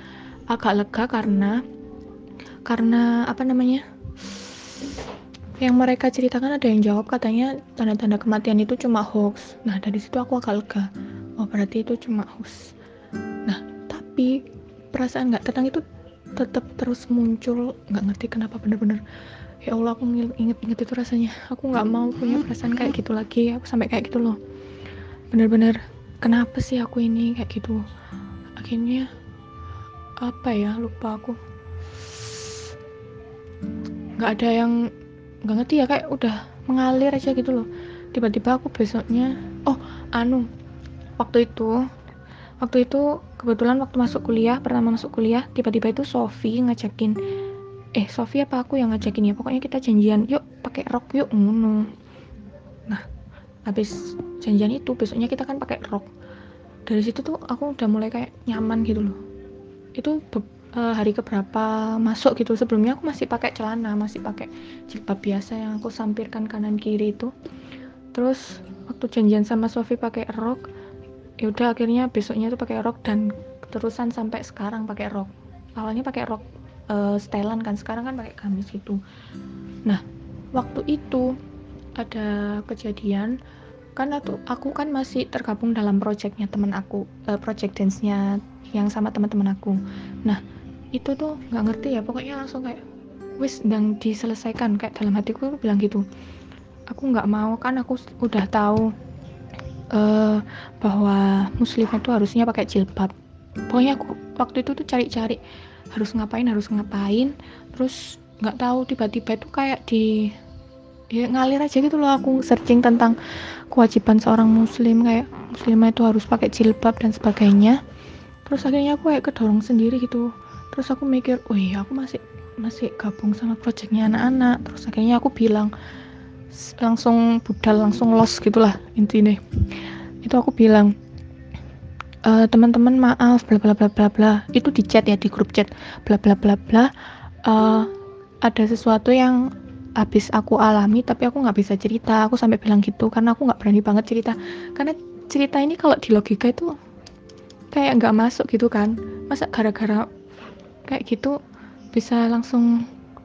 karena apa namanya, yang mereka ceritakan ada yang jawab katanya tanda-tanda kematian itu cuma hoax. Nah dari situ aku agak lega, oh berarti itu cuma hoax. Nah tapi perasaan nggak tenang itu tetap terus muncul, nggak ngerti kenapa, bener-bener ya Allah, aku inget-inget itu rasanya aku nggak mau punya perasaan kayak gitu lagi. Aku sampai kayak gitu loh, bener-bener kenapa sih aku ini kayak gitu. Akhirnya apa ya, lupa aku, nggak ada yang, nggak ngerti ya, kayak udah mengalir aja gitu loh. Tiba-tiba aku besoknya waktu itu kebetulan waktu pertama masuk kuliah, tiba-tiba itu Sofi ngajakin, Sofi apa aku yang ngajakin ya, pokoknya kita janjian yuk pakai rok yuk ngono. Nah habis janjian itu besoknya kita kan pakai rok. Dari situ tuh aku udah mulai kayak nyaman gitu loh. Itu hari keberapa masuk gitu, sebelumnya aku masih pakai celana, masih pakai jilbab biasa yang aku sampirkan kanan kiri itu. Terus waktu janjian sama Sofi pakai rok, ya udah akhirnya besoknya tuh pakai rok dan terusan sampai sekarang pakai rok. Awalnya pakai rok setelan kan, sekarang kan pakai gamis gitu. Nah waktu itu ada kejadian kan, aku kan masih tergabung dalam projectnya teman aku, project dance-nya yang sama teman-teman aku. Nah itu tuh nggak ngerti ya, pokoknya langsung kayak wis sedang diselesaikan, kayak dalam hatiku aku bilang gitu, aku nggak mau kan, aku udah tahu bahwa muslim itu harusnya pakai jilbab. Pokoknya aku waktu itu tuh cari-cari harus ngapain, terus nggak tahu tiba-tiba itu kayak ngalir aja gitu loh. Aku searching tentang kewajiban seorang muslim, kayak muslimah itu harus pakai jilbab dan sebagainya. Terus akhirnya aku kayak kedorong sendiri gitu. Terus aku mikir, oh iya aku masih gabung sama projectnya anak-anak. Terus akhirnya aku bilang, langsung budal, langsung los gitulah intinya. Itu aku bilang, teman-teman maaf bla bla bla bla bla. Itu di chat ya, di grup chat, bla bla bla bla. Ada sesuatu yang habis aku alami tapi aku nggak bisa cerita. Aku sampai bilang gitu karena aku nggak berani banget cerita, karena cerita ini kalau di logika itu kayak nggak masuk gitu kan. Masa gara-gara kayak gitu bisa langsung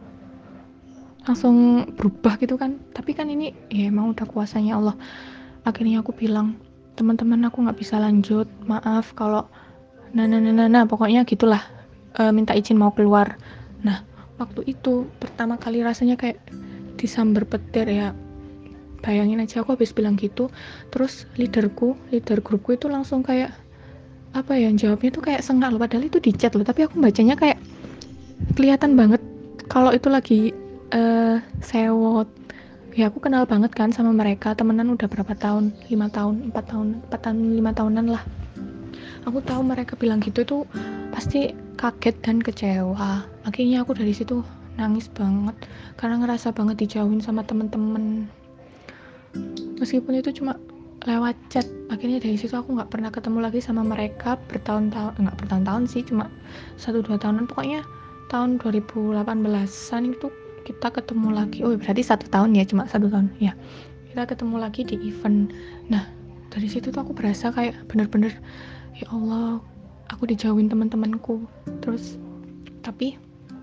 berubah gitu kan. Tapi kan ini ya emang udah kuasanya Allah. Akhirnya aku bilang, teman-teman aku nggak bisa lanjut, maaf kalau nah pokoknya gitulah, minta izin mau keluar. Nah waktu itu pertama kali rasanya kayak disambar petir ya. Bayangin aja aku habis bilang gitu, terus leader grupku itu langsung kayak apa ya, jawabnya tuh kayak sengak loh, padahal itu di chat loh, tapi aku bacanya kayak kelihatan banget kalau itu lagi sewot. Ya aku kenal banget kan sama mereka, temenan udah berapa tahun, 5 tahun, 4 tahun, 5 tahunan lah. Aku tahu mereka bilang gitu itu pasti kaget dan kecewa. Akhirnya aku dari situ nangis banget karena ngerasa banget dijauhin sama temen-temen, meskipun itu cuma lewat chat. Akhirnya dari situ aku nggak pernah ketemu lagi sama mereka nggak bertahun-tahun sih, cuma 1-2 tahunan. Pokoknya tahun 2018an itu kita ketemu lagi. Oh berarti 1 tahun ya, cuma 1 tahun ya, kita ketemu lagi di event. Nah dari situ tuh aku berasa kayak bener-bener ya Allah, aku dijauhin teman-temanku. Terus tapi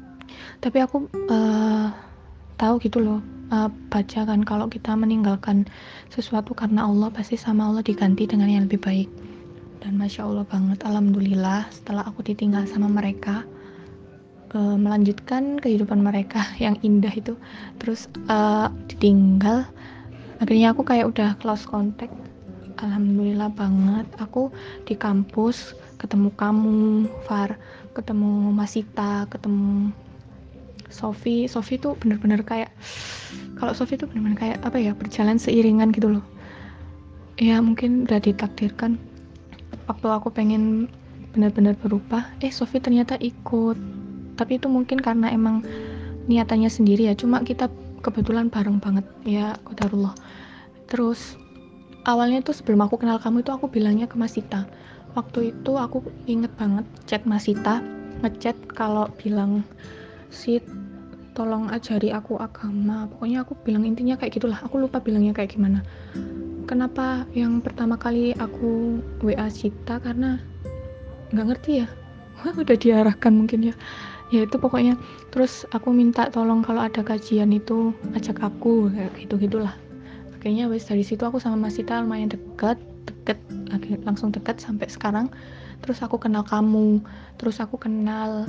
Tapi aku tahu gitu loh, baca kan kalau kita meninggalkan sesuatu karena Allah pasti sama Allah diganti dengan yang lebih baik. Dan Masya Allah banget, Alhamdulillah setelah aku ditinggal sama mereka, melanjutkan kehidupan mereka yang indah itu, terus ditinggal, akhirnya aku kayak udah close contact. Alhamdulillah banget, aku di kampus ketemu kamu, Far, ketemu Masita, ketemu Sofi tuh bener-bener kayak, kalau Sofi tuh bener-bener kayak apa ya, berjalan seiringan gitu loh. Ya mungkin udah ditakdirkan waktu aku pengen benar-benar berubah, Sofi ternyata ikut. Tapi itu mungkin karena emang niatannya sendiri ya, cuma kita kebetulan bareng banget ya, qadarullah. Terus awalnya tuh sebelum aku kenal kamu itu aku bilangnya ke Masita. Waktu itu aku inget banget chat Masita, ngechat kalau bilang, Sit, tolong ajari aku agama. Pokoknya aku bilang intinya kayak gitulah, aku lupa bilangnya kayak gimana. Kenapa yang pertama kali aku WA Sita, karena nggak ngerti ya, udah diarahkan mungkin ya itu pokoknya. Terus aku minta tolong kalau ada kajian itu ajak aku, kayak gitu-gitulah. Akhirnya wes dari situ aku sama Mas Sita lumayan deket, langsung deket sampai sekarang. Terus aku kenal kamu, terus aku kenal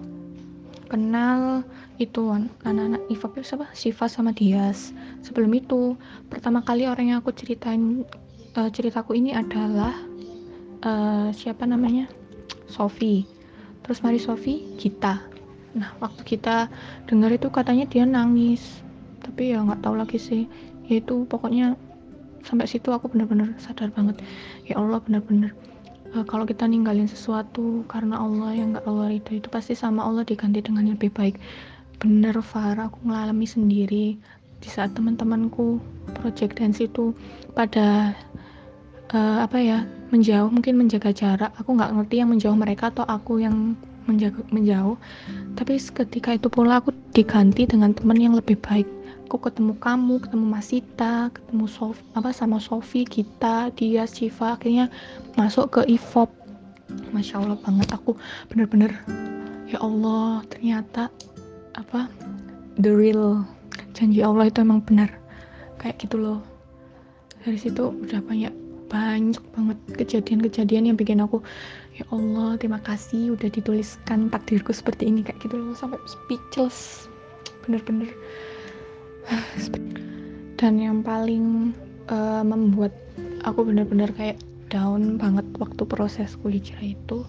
itu anak-anak IFAP siapa? Syifa sama Dias. Sebelum itu pertama kali orang yang aku ceritain ceritaku ini adalah siapa namanya? Sofi. Terus mari Sofi, Gita. Nah, waktu kita dengar itu katanya dia nangis. Tapi ya nggak tahu lagi sih. Ya itu pokoknya sampai situ aku benar-benar sadar banget. Ya Allah, benar-benar kalau kita ninggalin sesuatu karena Allah yang nggak Allah ridho, itu pasti sama Allah diganti dengan yang lebih baik. Bener Farah, aku ngalami sendiri di saat teman-temanku project dance itu pada menjauh, mungkin menjaga jarak. Aku nggak ngerti yang menjauh mereka atau aku yang menjauh, tapi ketika itu pula aku diganti dengan teman yang lebih baik. Aku ketemu kamu, ketemu Masita, ketemu sama Sofi, Gita, dia, Syifa, akhirnya masuk ke IFOP. Masya Allah banget, aku bener-bener ya Allah, ternyata the real janji Allah itu emang benar kayak gitu loh. Dari situ udah banyak banget kejadian-kejadian yang bikin aku ya Allah, terima kasih udah dituliskan takdirku seperti ini, kayak gitu loh, sampai speechless bener-bener. Dan yang paling membuat aku bener-bener kayak down banget waktu prosesku hijrah itu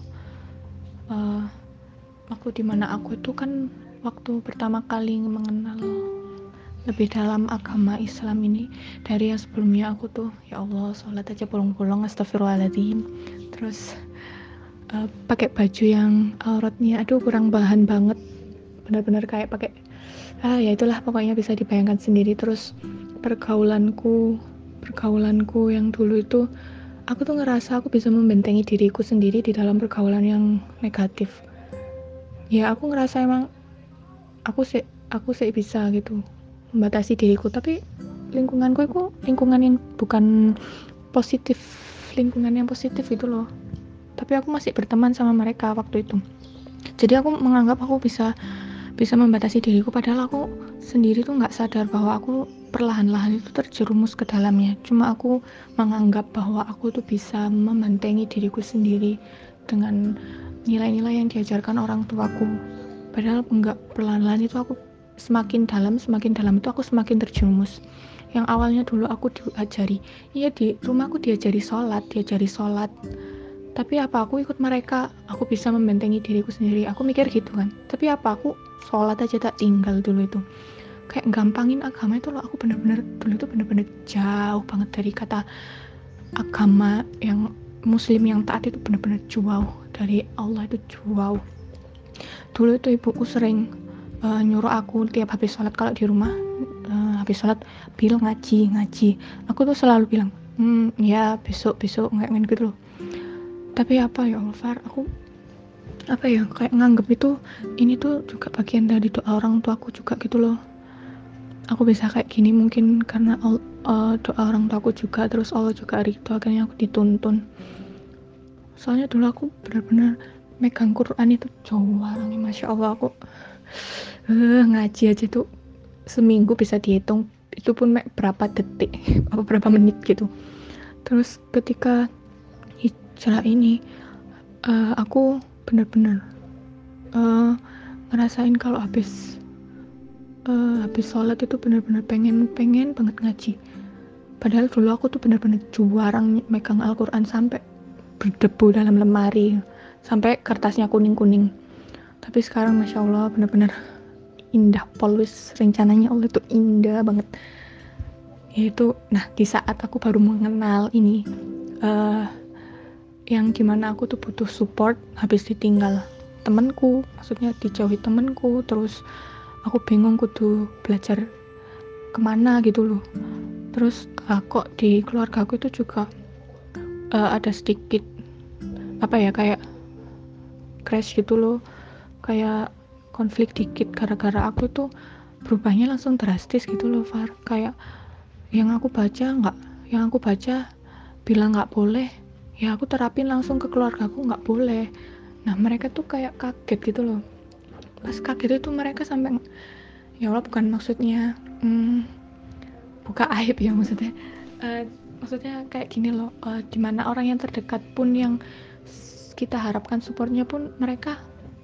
waktu dimana aku itu kan waktu pertama kali mengenal lebih dalam agama Islam ini. Dari yang sebelumnya aku tuh ya Allah sholat aja bolong-bolong, astagfirullahaladzim, terus pakai baju yang auratnya kurang bahan banget, benar-benar kayak pakai ya itulah pokoknya bisa dibayangkan sendiri. Terus pergaulanku yang dulu itu aku tuh ngerasa aku bisa membentengi diriku sendiri di dalam pergaulan yang negatif. Ya aku ngerasa emang aku sih bisa gitu membatasi diriku, tapi lingkunganku itu lingkungan yang bukan positif, lingkungan yang positif itu loh. Tapi aku masih berteman sama mereka waktu itu. Jadi aku menganggap aku bisa membatasi diriku, padahal aku sendiri tuh nggak sadar bahwa aku perlahan-lahan itu terjerumus ke dalamnya. Cuma aku menganggap bahwa aku tuh bisa membentengi diriku sendiri dengan nilai-nilai yang diajarkan orang tuaku. Padahal enggak, perlahan-lahan itu aku semakin dalam itu aku semakin terjerumus. Yang awalnya dulu aku diajari, di rumahku diajari sholat, tapi apa aku ikut mereka, aku bisa membentengi diriku sendiri, aku mikir gitu kan. Tapi apa aku sholat aja tak tinggal dulu itu, kayak gampangin agama itu loh. Aku bener-bener dulu itu bener-bener jauh banget dari kata agama yang muslim yang taat itu, bener-bener jauh dari Allah, itu jauh. Dulu itu ibuku sering nyuruh aku tiap habis sholat, kalau di rumah habis sholat Bil ngaji, aku tuh selalu bilang ya besok nggak gitu loh. Tapi ya Allah Far, aku kayak nganggep itu ini tuh juga bagian dari doa orang tuaku juga gitu loh. Aku bisa kayak gini mungkin karena doa orang tuaku juga, terus Allah juga ridho, akhirnya aku dituntun. Soalnya dulu aku benar-benar megang Quran itu jauh orangnya, Masya Allah, aku ngaji aja tuh seminggu bisa dihitung, itu pun berapa detik apa berapa menit gitu. Terus ketika hijrah ini aku benar-benar ngerasain kalau habis sholat itu benar-benar pengen banget ngaji. Padahal dulu aku tuh benar-benar jarang megang Al-Quran sampai berdebu dalam lemari, sampai kertasnya kuning-kuning. Tapi sekarang Masya Allah benar-benar indah, polis, rencananya Allah itu indah banget. Yaitu, nah di saat aku baru mengenal ini, yang gimana aku tuh butuh support habis ditinggal temanku, maksudnya dijauhi temanku, terus aku bingung kudu belajar kemana gitu loh. Terus kok di keluarga aku itu juga ada sedikit apa ya, kayak crash gitu loh, kayak konflik dikit gara-gara aku tuh berubahnya langsung drastis gitu loh, Far. Kayak yang aku baca bilang nggak boleh, ya aku terapin langsung ke keluarga aku, nggak boleh. Nah mereka tuh kayak kaget gitu loh. Pas kaget itu mereka sampai, ya Allah bukan maksudnya buka aib ya, maksudnya kayak gini loh, dimana orang yang terdekat pun yang kita harapkan supportnya pun mereka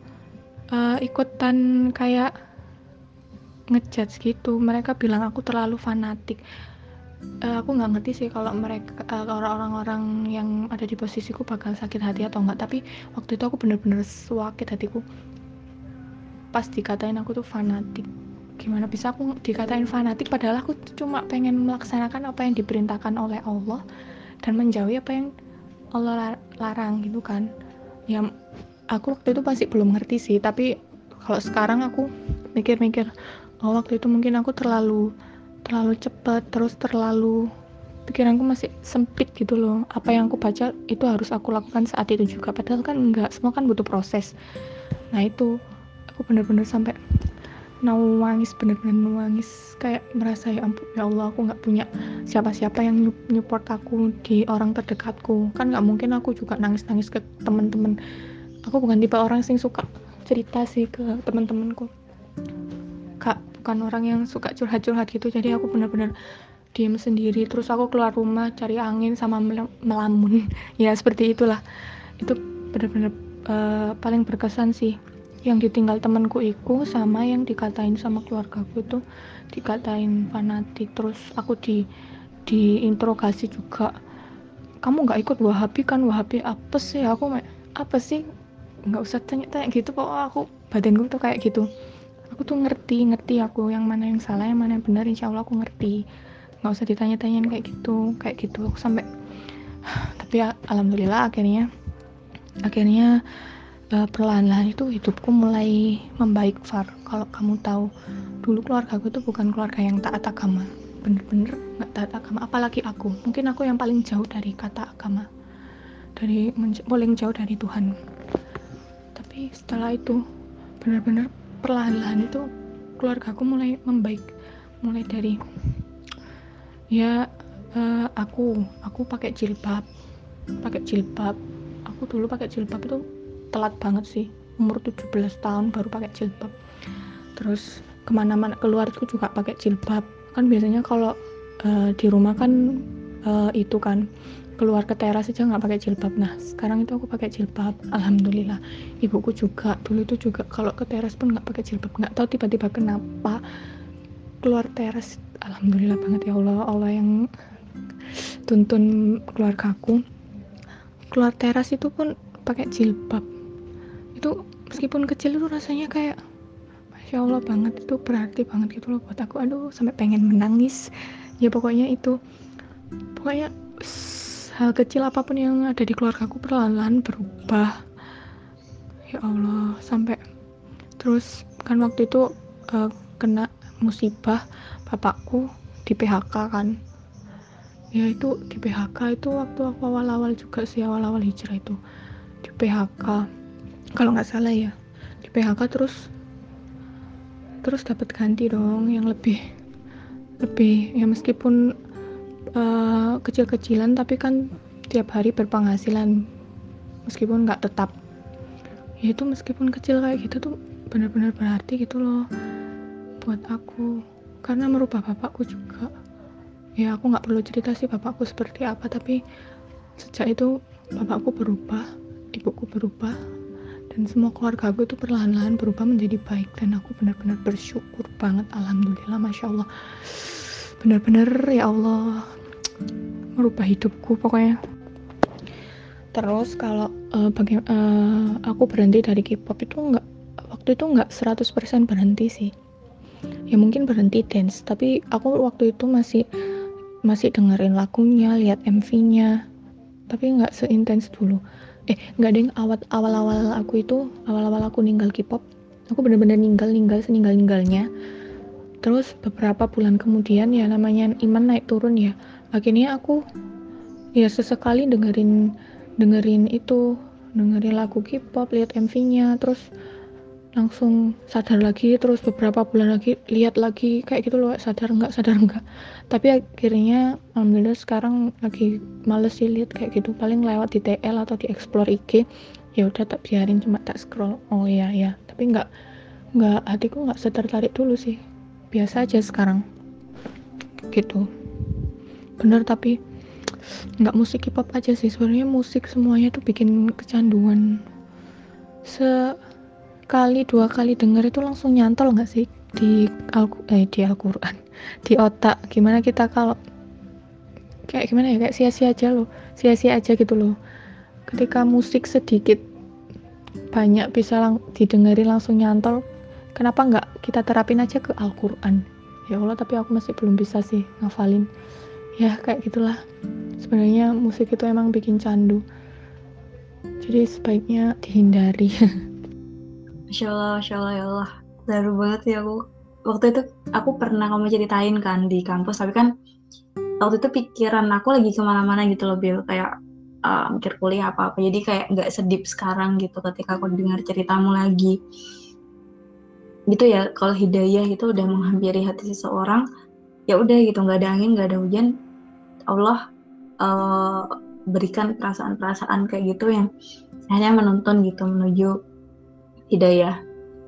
ikutan kayak ngejudge gitu. Mereka bilang aku terlalu fanatik. Aku nggak ngerti sih kalau mereka orang-orang yang ada di posisiku bakal sakit hati atau enggak, tapi waktu itu aku bener-bener sakit hatiku pas dikatain aku tuh fanatik. Gimana bisa aku dikatain fanatik padahal aku cuma pengen melaksanakan apa yang diperintahkan oleh Allah dan menjauhi apa yang Allah larang gitu kan. Ya aku waktu itu pasti belum ngerti sih, tapi kalau sekarang aku mikir-mikir, waktu itu mungkin aku terlalu cepat, terus terlalu pikiranku masih sempit gitu loh. Apa yang aku baca itu harus aku lakukan saat itu juga, padahal kan enggak, semua kan butuh proses. Nah itu aku benar-benar sampai nangis, benar-benar nangis, kayak merasa ya ampun ya Allah, aku nggak punya siapa-siapa yang nyupport aku di orang terdekatku. Kan nggak mungkin aku juga nangis-nangis ke teman-teman. Aku bukan tipe orang yang suka cerita sih ke teman-temanku, Kak, bukan orang yang suka curhat-curhat gitu. Jadi aku benar-benar diem sendiri, terus aku keluar rumah cari angin sama melamun. Ya seperti itulah. Itu benar-benar paling berkesan sih. Yang ditinggal temanku itu sama yang dikatain sama keluargaku itu, dikatain fanatik. Terus aku diinterogasi juga, kamu nggak ikut Wahabi kan? Wahabi apa sih? Aku apa sih, nggak usah tanya-tanya gitu. Pokoknya aku badanku tuh kayak gitu. Aku tuh ngerti aku yang mana yang salah, yang mana yang benar, insya Allah aku ngerti, nggak usah ditanya-tanyain kayak gitu aku sampai tapi ya, alhamdulillah akhirnya perlahan-lahan itu hidupku mulai membaik, Far. Kalau kamu tahu, dulu keluarga aku tuh bukan keluarga yang taat agama, bener-bener nggak taat agama. Apalagi aku, mungkin aku yang paling jauh dari kata agama, paling jauh dari Tuhan. Tapi setelah itu bener-bener perlahan-lahan itu keluarga aku mulai membaik, mulai dari ya aku pakai jilbab. Aku dulu pakai jilbab itu telat banget sih, umur 17 tahun baru pakai jilbab. Terus kemana-mana keluar itu juga pakai jilbab. Kan biasanya kalau di rumah kan itu kan keluar ke teras aja nggak pakai jilbab. Nah sekarang itu aku pakai jilbab, alhamdulillah. Ibuku juga dulu itu juga kalau ke teras pun nggak pakai jilbab. Nggak tahu tiba-tiba kenapa keluar teras, alhamdulillah banget ya Allah. Allah yang tuntun keluargaku keluar teras itu pun pakai jilbab. Itu meskipun kecil itu rasanya kayak Masya Allah banget, itu berarti banget gitu loh buat aku. Aduh sampai pengen menangis ya. Pokoknya hal kecil apapun yang ada di keluargaku perlahan-lahan berubah ya Allah. Sampai terus kan waktu itu kena musibah, bapakku di PHK kan. Ya itu di PHK itu waktu aku awal-awal juga sih, awal-awal hijrah itu di PHK kalau nggak salah ya, di PHK terus dapat ganti dong yang lebih ya, meskipun kecil-kecilan tapi kan tiap hari berpenghasilan, meskipun nggak tetap ya. Itu meskipun kecil kayak gitu tuh benar-benar berarti gitu loh buat aku, karena merubah bapakku juga. Ya aku nggak perlu cerita sih bapakku seperti apa, tapi sejak itu bapakku berubah, ibuku berubah, dan semua keluarga aku itu perlahan-lahan berubah menjadi baik. Dan aku benar-benar bersyukur banget, alhamdulillah, masya Allah, benar-benar ya Allah merubah hidupku pokoknya. Terus kalau aku berhenti dari K-pop itu waktu itu nggak 100% berhenti sih, ya mungkin berhenti dance, tapi aku waktu itu masih dengerin lagunya, lihat MV-nya, tapi nggak seintens dulu. Nggak deh, awal-awal aku ninggal K-pop, aku bener-bener ninggal seninggal-ninggalnya. Terus beberapa bulan kemudian, ya namanya iman naik turun ya, akhirnya aku ya sesekali dengerin lagu K-pop, lihat MV-nya, terus langsung sadar lagi, terus beberapa bulan lagi lihat lagi kayak gitu loh, sadar enggak. Tapi akhirnya alhamdulillah sekarang lagi males sih lihat kayak gitu, paling lewat di TL atau di explore IG, ya udah tak biarin, cuma tak scroll, oh ya, tapi enggak, hatiku enggak setertarik dulu sih, biasa aja sekarang gitu. Bener, tapi enggak musik K-pop aja sih sebenarnya, musik semuanya tuh bikin kecanduan. Sekali 2 kali denger itu langsung nyantol nggak sih di Al-Quran, di otak. Gimana kita kalau kayak gimana ya, kayak sia-sia aja gitu loh ketika musik sedikit banyak bisa didengerin langsung nyantol. Kenapa nggak kita terapin aja ke Al-Quran? Ya Allah, tapi aku masih belum bisa sih ngafalin. Ya kayak gitulah, sebenarnya musik itu emang bikin candu, jadi sebaiknya dihindari. Masya Allah ya Allah, baru banget sih aku. Waktu itu aku pernah kamu ceritain kan di kampus, tapi kan waktu itu pikiran aku lagi kemana-mana gitu loh, Bil, kayak mikir kuliah apa-apa, jadi kayak nggak sedip sekarang gitu ketika aku dengar ceritamu lagi. Gitu ya, kalau hidayah itu udah menghampiri hati seseorang, ya udah gitu, nggak ada angin, nggak ada hujan, Allah berikan perasaan-perasaan kayak gitu yang hanya menuntun gitu menuju hidayah.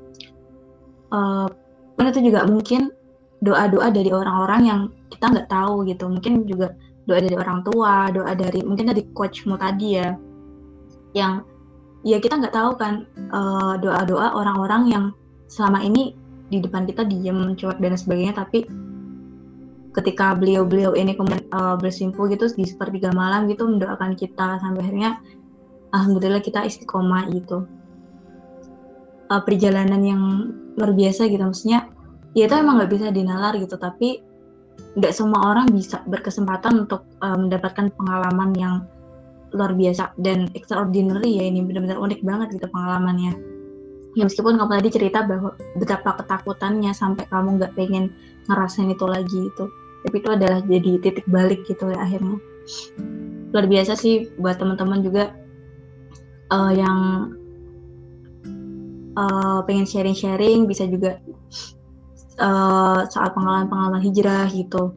Itu juga mungkin doa-doa dari orang-orang yang kita nggak tahu gitu, mungkin juga doa dari orang tua, doa dari mungkin dari coachmu tadi ya, yang ya kita nggak tahu kan, doa-doa orang-orang yang selama ini di depan kita diem, cuek dan sebagainya, tapi ketika beliau-beliau ini kemudian bersimpuh gitu di sepertiga malam gitu mendoakan kita sampai akhirnya alhamdulillah kita istiqomah gitu. Perjalanan yang luar biasa gitu, maksudnya ya itu emang nggak bisa dinalar gitu, tapi nggak semua orang bisa berkesempatan untuk mendapatkan pengalaman yang luar biasa dan extraordinary ya, ini benar-benar unik banget gitu pengalamannya. Ya meskipun kamu tadi cerita bahwa betapa ketakutannya sampai kamu nggak pengen ngerasain itu lagi itu, tapi itu adalah jadi titik balik gitu ya akhirnya. Luar biasa sih buat teman-teman juga yang pengen sharing-sharing, bisa juga saat pengalaman-pengalaman hijrah gitu.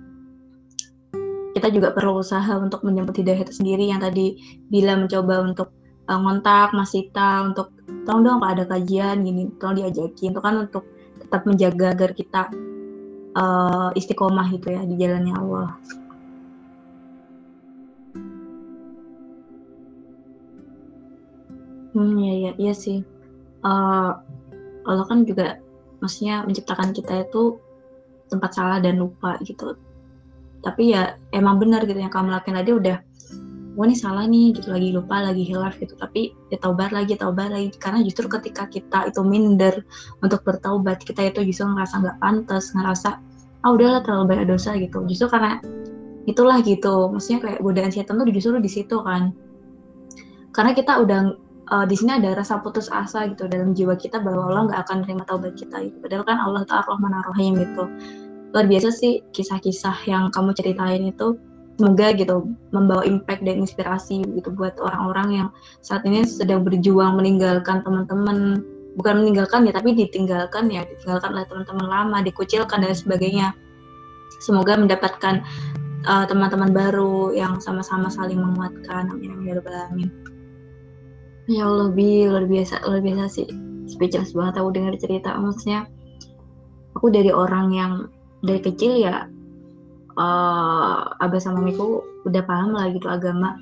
Kita juga perlu usaha untuk menjemput hidayah itu sendiri, yang tadi Bila mencoba untuk ngontak Mas Sita untuk tolong dong kalau ada kajian gini, tolong diajakin, itu kan untuk tetap menjaga agar kita istiqomah gitu ya di jalannya Allah. Iya sih. Allah kan juga maksudnya menciptakan kita itu sempat salah dan lupa gitu. Tapi ya emang benar gitu yang kamu lakuin tadi, udah wah ini salah nih gitu, lagi lupa, lagi hilaf gitu, tapi ya taubat lagi, karena justru ketika kita itu minder untuk bertaubat, kita itu justru ngerasa nggak pantas, ngerasa udahlah terlalu banyak dosa gitu, justru karena itulah gitu, maksudnya kayak godaan setan tuh justru di situ kan, karena kita udah di sini ada rasa putus asa gitu dalam jiwa kita bahwa Allah nggak akan terima taubat kita gitu. Padahal kan Allah Ta'ala Rahman Ar-Rahim gitu. Luar biasa sih kisah-kisah yang kamu ceritain itu, semoga gitu membawa impact dan inspirasi gitu buat orang-orang yang saat ini sedang berjuang meninggalkan teman-teman, bukan meninggalkan ya, tapi ditinggalkan oleh teman-teman lama, dikucilkan dan sebagainya. Semoga mendapatkan teman-teman baru yang sama-sama saling menguatkan. Amin ya rabbal alamin. Ya Allah, luar biasa sih. speechless banget aku dengar cerita. Maksudnya aku dari orang yang dari kecil ya abah sama mamiku udah paham lah gitu agama.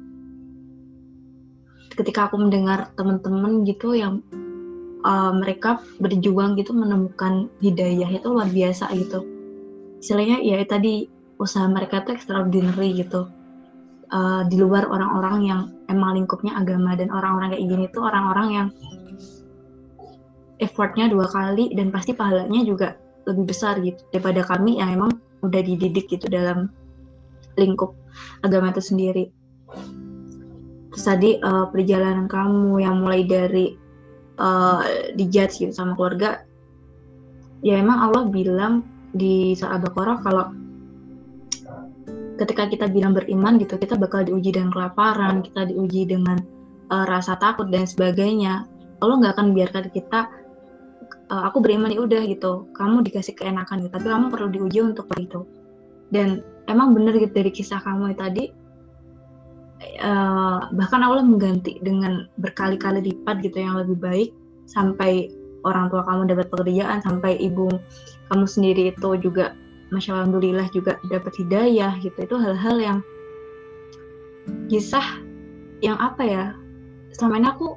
Ketika aku mendengar teman-teman gitu yang mereka berjuang gitu menemukan hidayah itu luar biasa gitu. Istilahnya ya tadi usaha mereka tuh extraordinary gitu. Di luar orang-orang yang emang lingkupnya agama, dan orang-orang kayak gini tuh orang-orang yang effortnya 2 kali dan pasti pahalanya juga lebih besar gitu daripada kami yang emang udah dididik gitu dalam lingkup agama itu sendiri. Terus tadi perjalanan kamu yang mulai dari dijudge gitu sama keluarga, ya emang Allah bilang di surah Al-Baqarah kalau ketika kita bilang beriman gitu, kita bakal diuji dengan kelaparan, kita diuji dengan rasa takut dan sebagainya. Allah nggak akan biarkan kita aku beriman ya udah gitu, kamu dikasih keenakan gitu, tapi kamu perlu diuji untuk itu. Dan emang bener gitu dari kisah kamu tadi, bahkan Allah mengganti dengan berkali-kali lipat gitu yang lebih baik, sampai orang tua kamu dapat pekerjaan, sampai ibu kamu sendiri itu juga Masya Allah, alhamdulillah juga dapat hidayah gitu. Itu hal-hal yang kisah yang apa ya, selama ini aku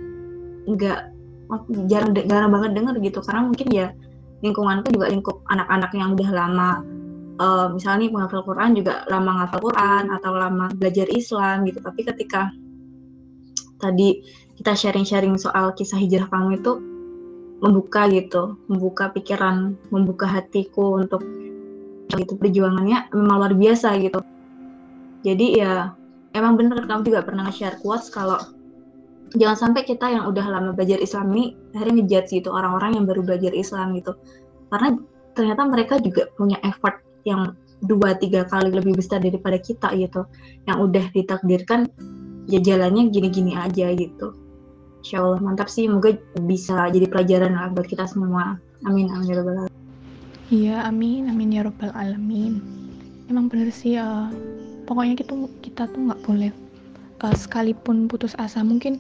jarang banget denger gitu, karena mungkin ya lingkunganku juga lingkup anak-anak yang udah lama misalnya menghafal Quran juga lama menghafal Quran atau lama belajar Islam gitu. Tapi ketika tadi kita sharing-sharing soal kisah hijrah kamu itu membuka pikiran, membuka hatiku untuk itu perjuangannya memang luar biasa gitu. Jadi ya emang bener kamu juga pernah nge-share quotes kalau jangan sampai kita yang udah lama belajar Islam ini akhirnya ngejudge gitu orang-orang yang baru belajar Islam gitu, karena ternyata mereka juga punya effort yang 2-3 kali lebih besar daripada kita gitu, yang udah ditakdirkan ya jalannya gini-gini aja gitu. Insya Allah mantap sih, semoga bisa jadi pelajaran lah buat kita semua. Amin amin ya rabbal alamin. Iya, amin ya rabbal alamin. Emang bener sih, pokoknya kita tuh nggak boleh sekalipun putus asa. Mungkin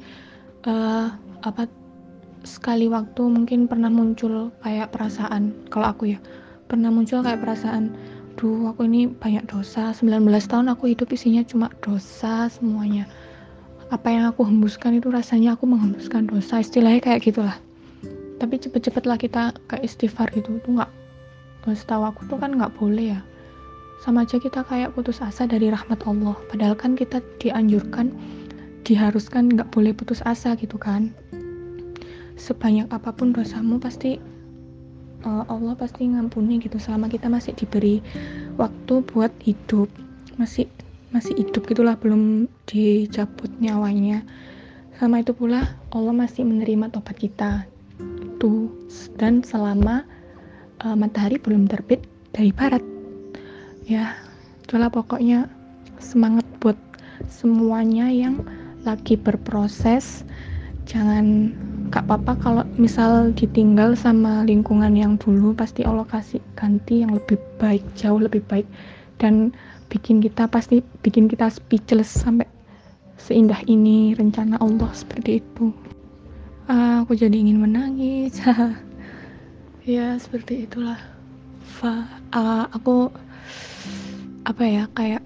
sekali waktu mungkin pernah muncul kayak perasaan, kalau aku ya pernah muncul kayak perasaan, duh aku ini banyak dosa, 19 tahun aku hidup isinya cuma dosa semuanya, apa yang aku hembuskan itu rasanya aku menghembuskan dosa, istilahnya kayak gitulah. Tapi cepet-cepetlah kita ke istighfar gitu tuh nggak, setahu aku tuh kan nggak boleh ya, sama aja kita kayak putus asa dari rahmat Allah, padahal kan kita diharuskan nggak boleh putus asa gitu kan. Sebanyak apapun dosamu pasti Allah pasti ngampuni gitu, selama kita masih diberi waktu buat hidup, masih hidup gitulah, belum dicabut nyawanya. Sama itu pula Allah masih menerima tobat kita tuh, dan selama matahari belum terbit dari barat ya. Itulah pokoknya semangat buat semuanya yang lagi berproses. Jangan, gak apa-apa kalau misal ditinggal sama lingkungan yang dulu, pasti Allah kasih ganti yang lebih baik, jauh lebih baik, dan pasti bikin kita speechless sampai seindah ini rencana Allah seperti itu. Aku jadi ingin menangis. Ya seperti itulah. Aku kayak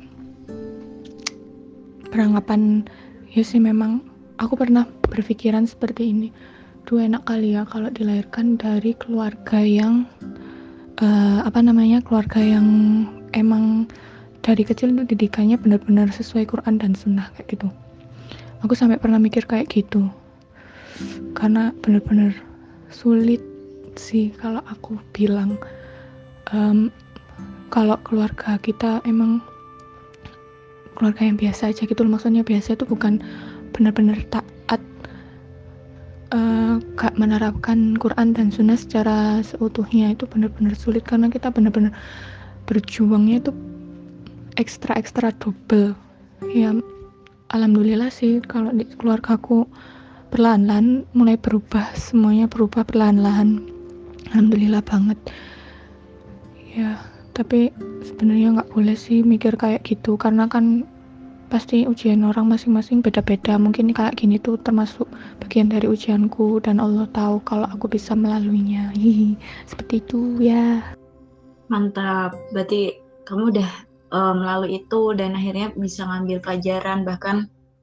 beranggapan ya sih, memang aku pernah berpikiran seperti ini. Duh enak kali ya kalau dilahirkan dari keluarga yang keluarga yang emang dari kecil itu didikannya benar-benar sesuai Quran dan Sunnah kayak gitu. Aku sampai pernah mikir kayak gitu, karena benar-benar sulit sih kalau aku bilang kalau keluarga kita emang keluarga yang biasa aja gitu. Maksudnya biasa itu bukan benar-benar taat, gak menerapkan Quran dan Sunnah secara seutuhnya. Itu benar-benar sulit karena kita benar-benar berjuangnya itu ekstra double ya. Alhamdulillah sih kalau di keluargaku perlahan-lahan mulai berubah, semuanya berubah perlahan-lahan, alhamdulillah banget ya. Tapi sebenarnya nggak boleh sih mikir kayak gitu, karena kan pasti ujian orang masing-masing beda-beda. Mungkin kayak gini tuh termasuk bagian dari ujianku dan Allah tahu kalau aku bisa melaluinya. Hihi, seperti itu ya. Mantap, berarti kamu udah melalui itu dan akhirnya bisa ngambil pelajaran, bahkan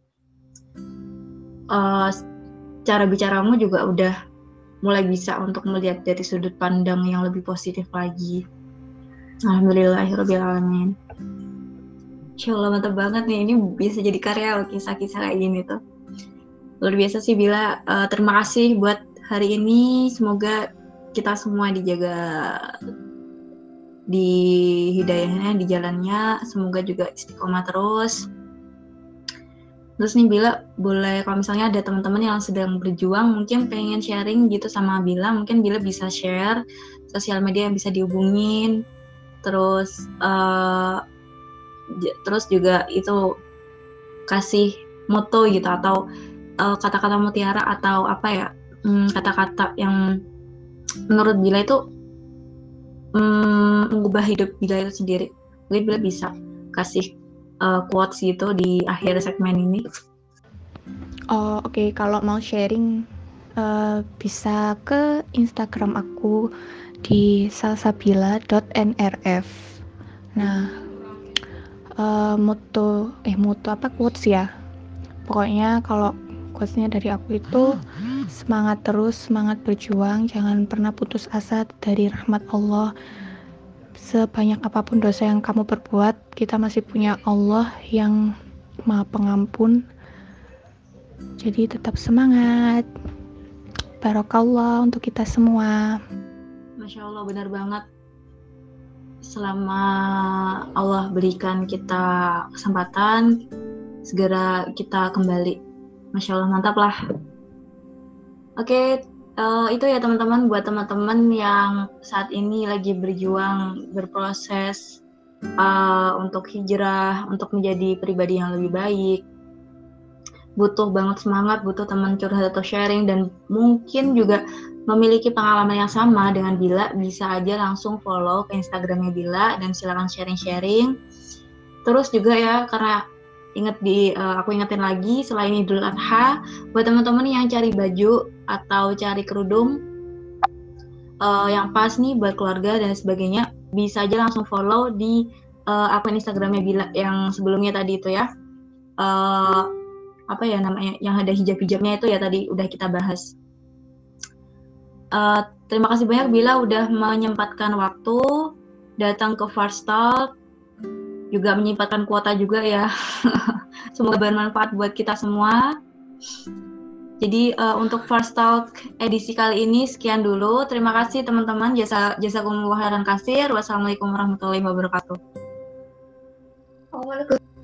cara bicaramu juga udah mulai bisa untuk melihat dari sudut pandang yang lebih positif lagi. Alhamdulillahirrahmanirrahim. Insya Allah mantap banget nih, ini bisa jadi karya loh, kisah-kisah kayak gini tuh. Luar biasa sih Bila. Terima kasih buat hari ini, semoga kita semua dijaga di hidayahnya, di jalannya, semoga juga istiqomah terus. Terus nih Bila, boleh kalau misalnya ada teman-teman yang sedang berjuang, mungkin pengen sharing gitu sama Bila, mungkin Bila bisa share sosial media yang bisa dihubungin, terus juga itu kasih moto gitu atau kata-kata mutiara atau apa ya, kata-kata yang menurut Bila itu mengubah hidup Bila itu sendiri. Mungkin Bila bisa kasih quotes gitu di akhir segmen ini. Oh, oke. Kalau mau sharing bisa ke Instagram aku di salsabila.nrf. Nah, moto apa quotes ya? Pokoknya kalau quotesnya dari aku itu semangat terus, semangat berjuang, jangan pernah putus asa dari rahmat Allah. Sebanyak apapun dosa yang kamu perbuat, kita masih punya Allah yang Maha Pengampun. Jadi tetap semangat. Barokallah untuk kita semua. Masya Allah, benar banget. Selama Allah berikan kita kesempatan, segera kita kembali. Masya Allah, mantap lah. Oke, itu ya teman-teman, buat teman-teman yang saat ini lagi berjuang, berproses untuk hijrah, untuk menjadi pribadi yang lebih baik. Butuh banget semangat, butuh teman curhat atau sharing, dan mungkin juga memiliki pengalaman yang sama dengan Bila, bisa aja langsung follow ke Instagramnya Bila dan silakan sharing-sharing. Terus juga ya, karena aku ingetin lagi, selain Idul Adha, buat teman-teman yang cari baju atau cari kerudung yang pas nih buat keluarga dan sebagainya, bisa aja langsung follow di akun Instagramnya Bila yang sebelumnya tadi itu ya. Apa ya namanya, yang ada hijab-hijabnya itu ya, tadi udah kita bahas. Terima kasih banyak Bila udah menyempatkan waktu datang ke First Talk, juga menyempatkan kuota juga ya. Semoga bermanfaat buat kita semua. Jadi untuk First Talk edisi kali ini sekian dulu. Terima kasih teman-teman, jazakumullah khairan katsir. Wassalamualaikum warahmatullahi wabarakatuh.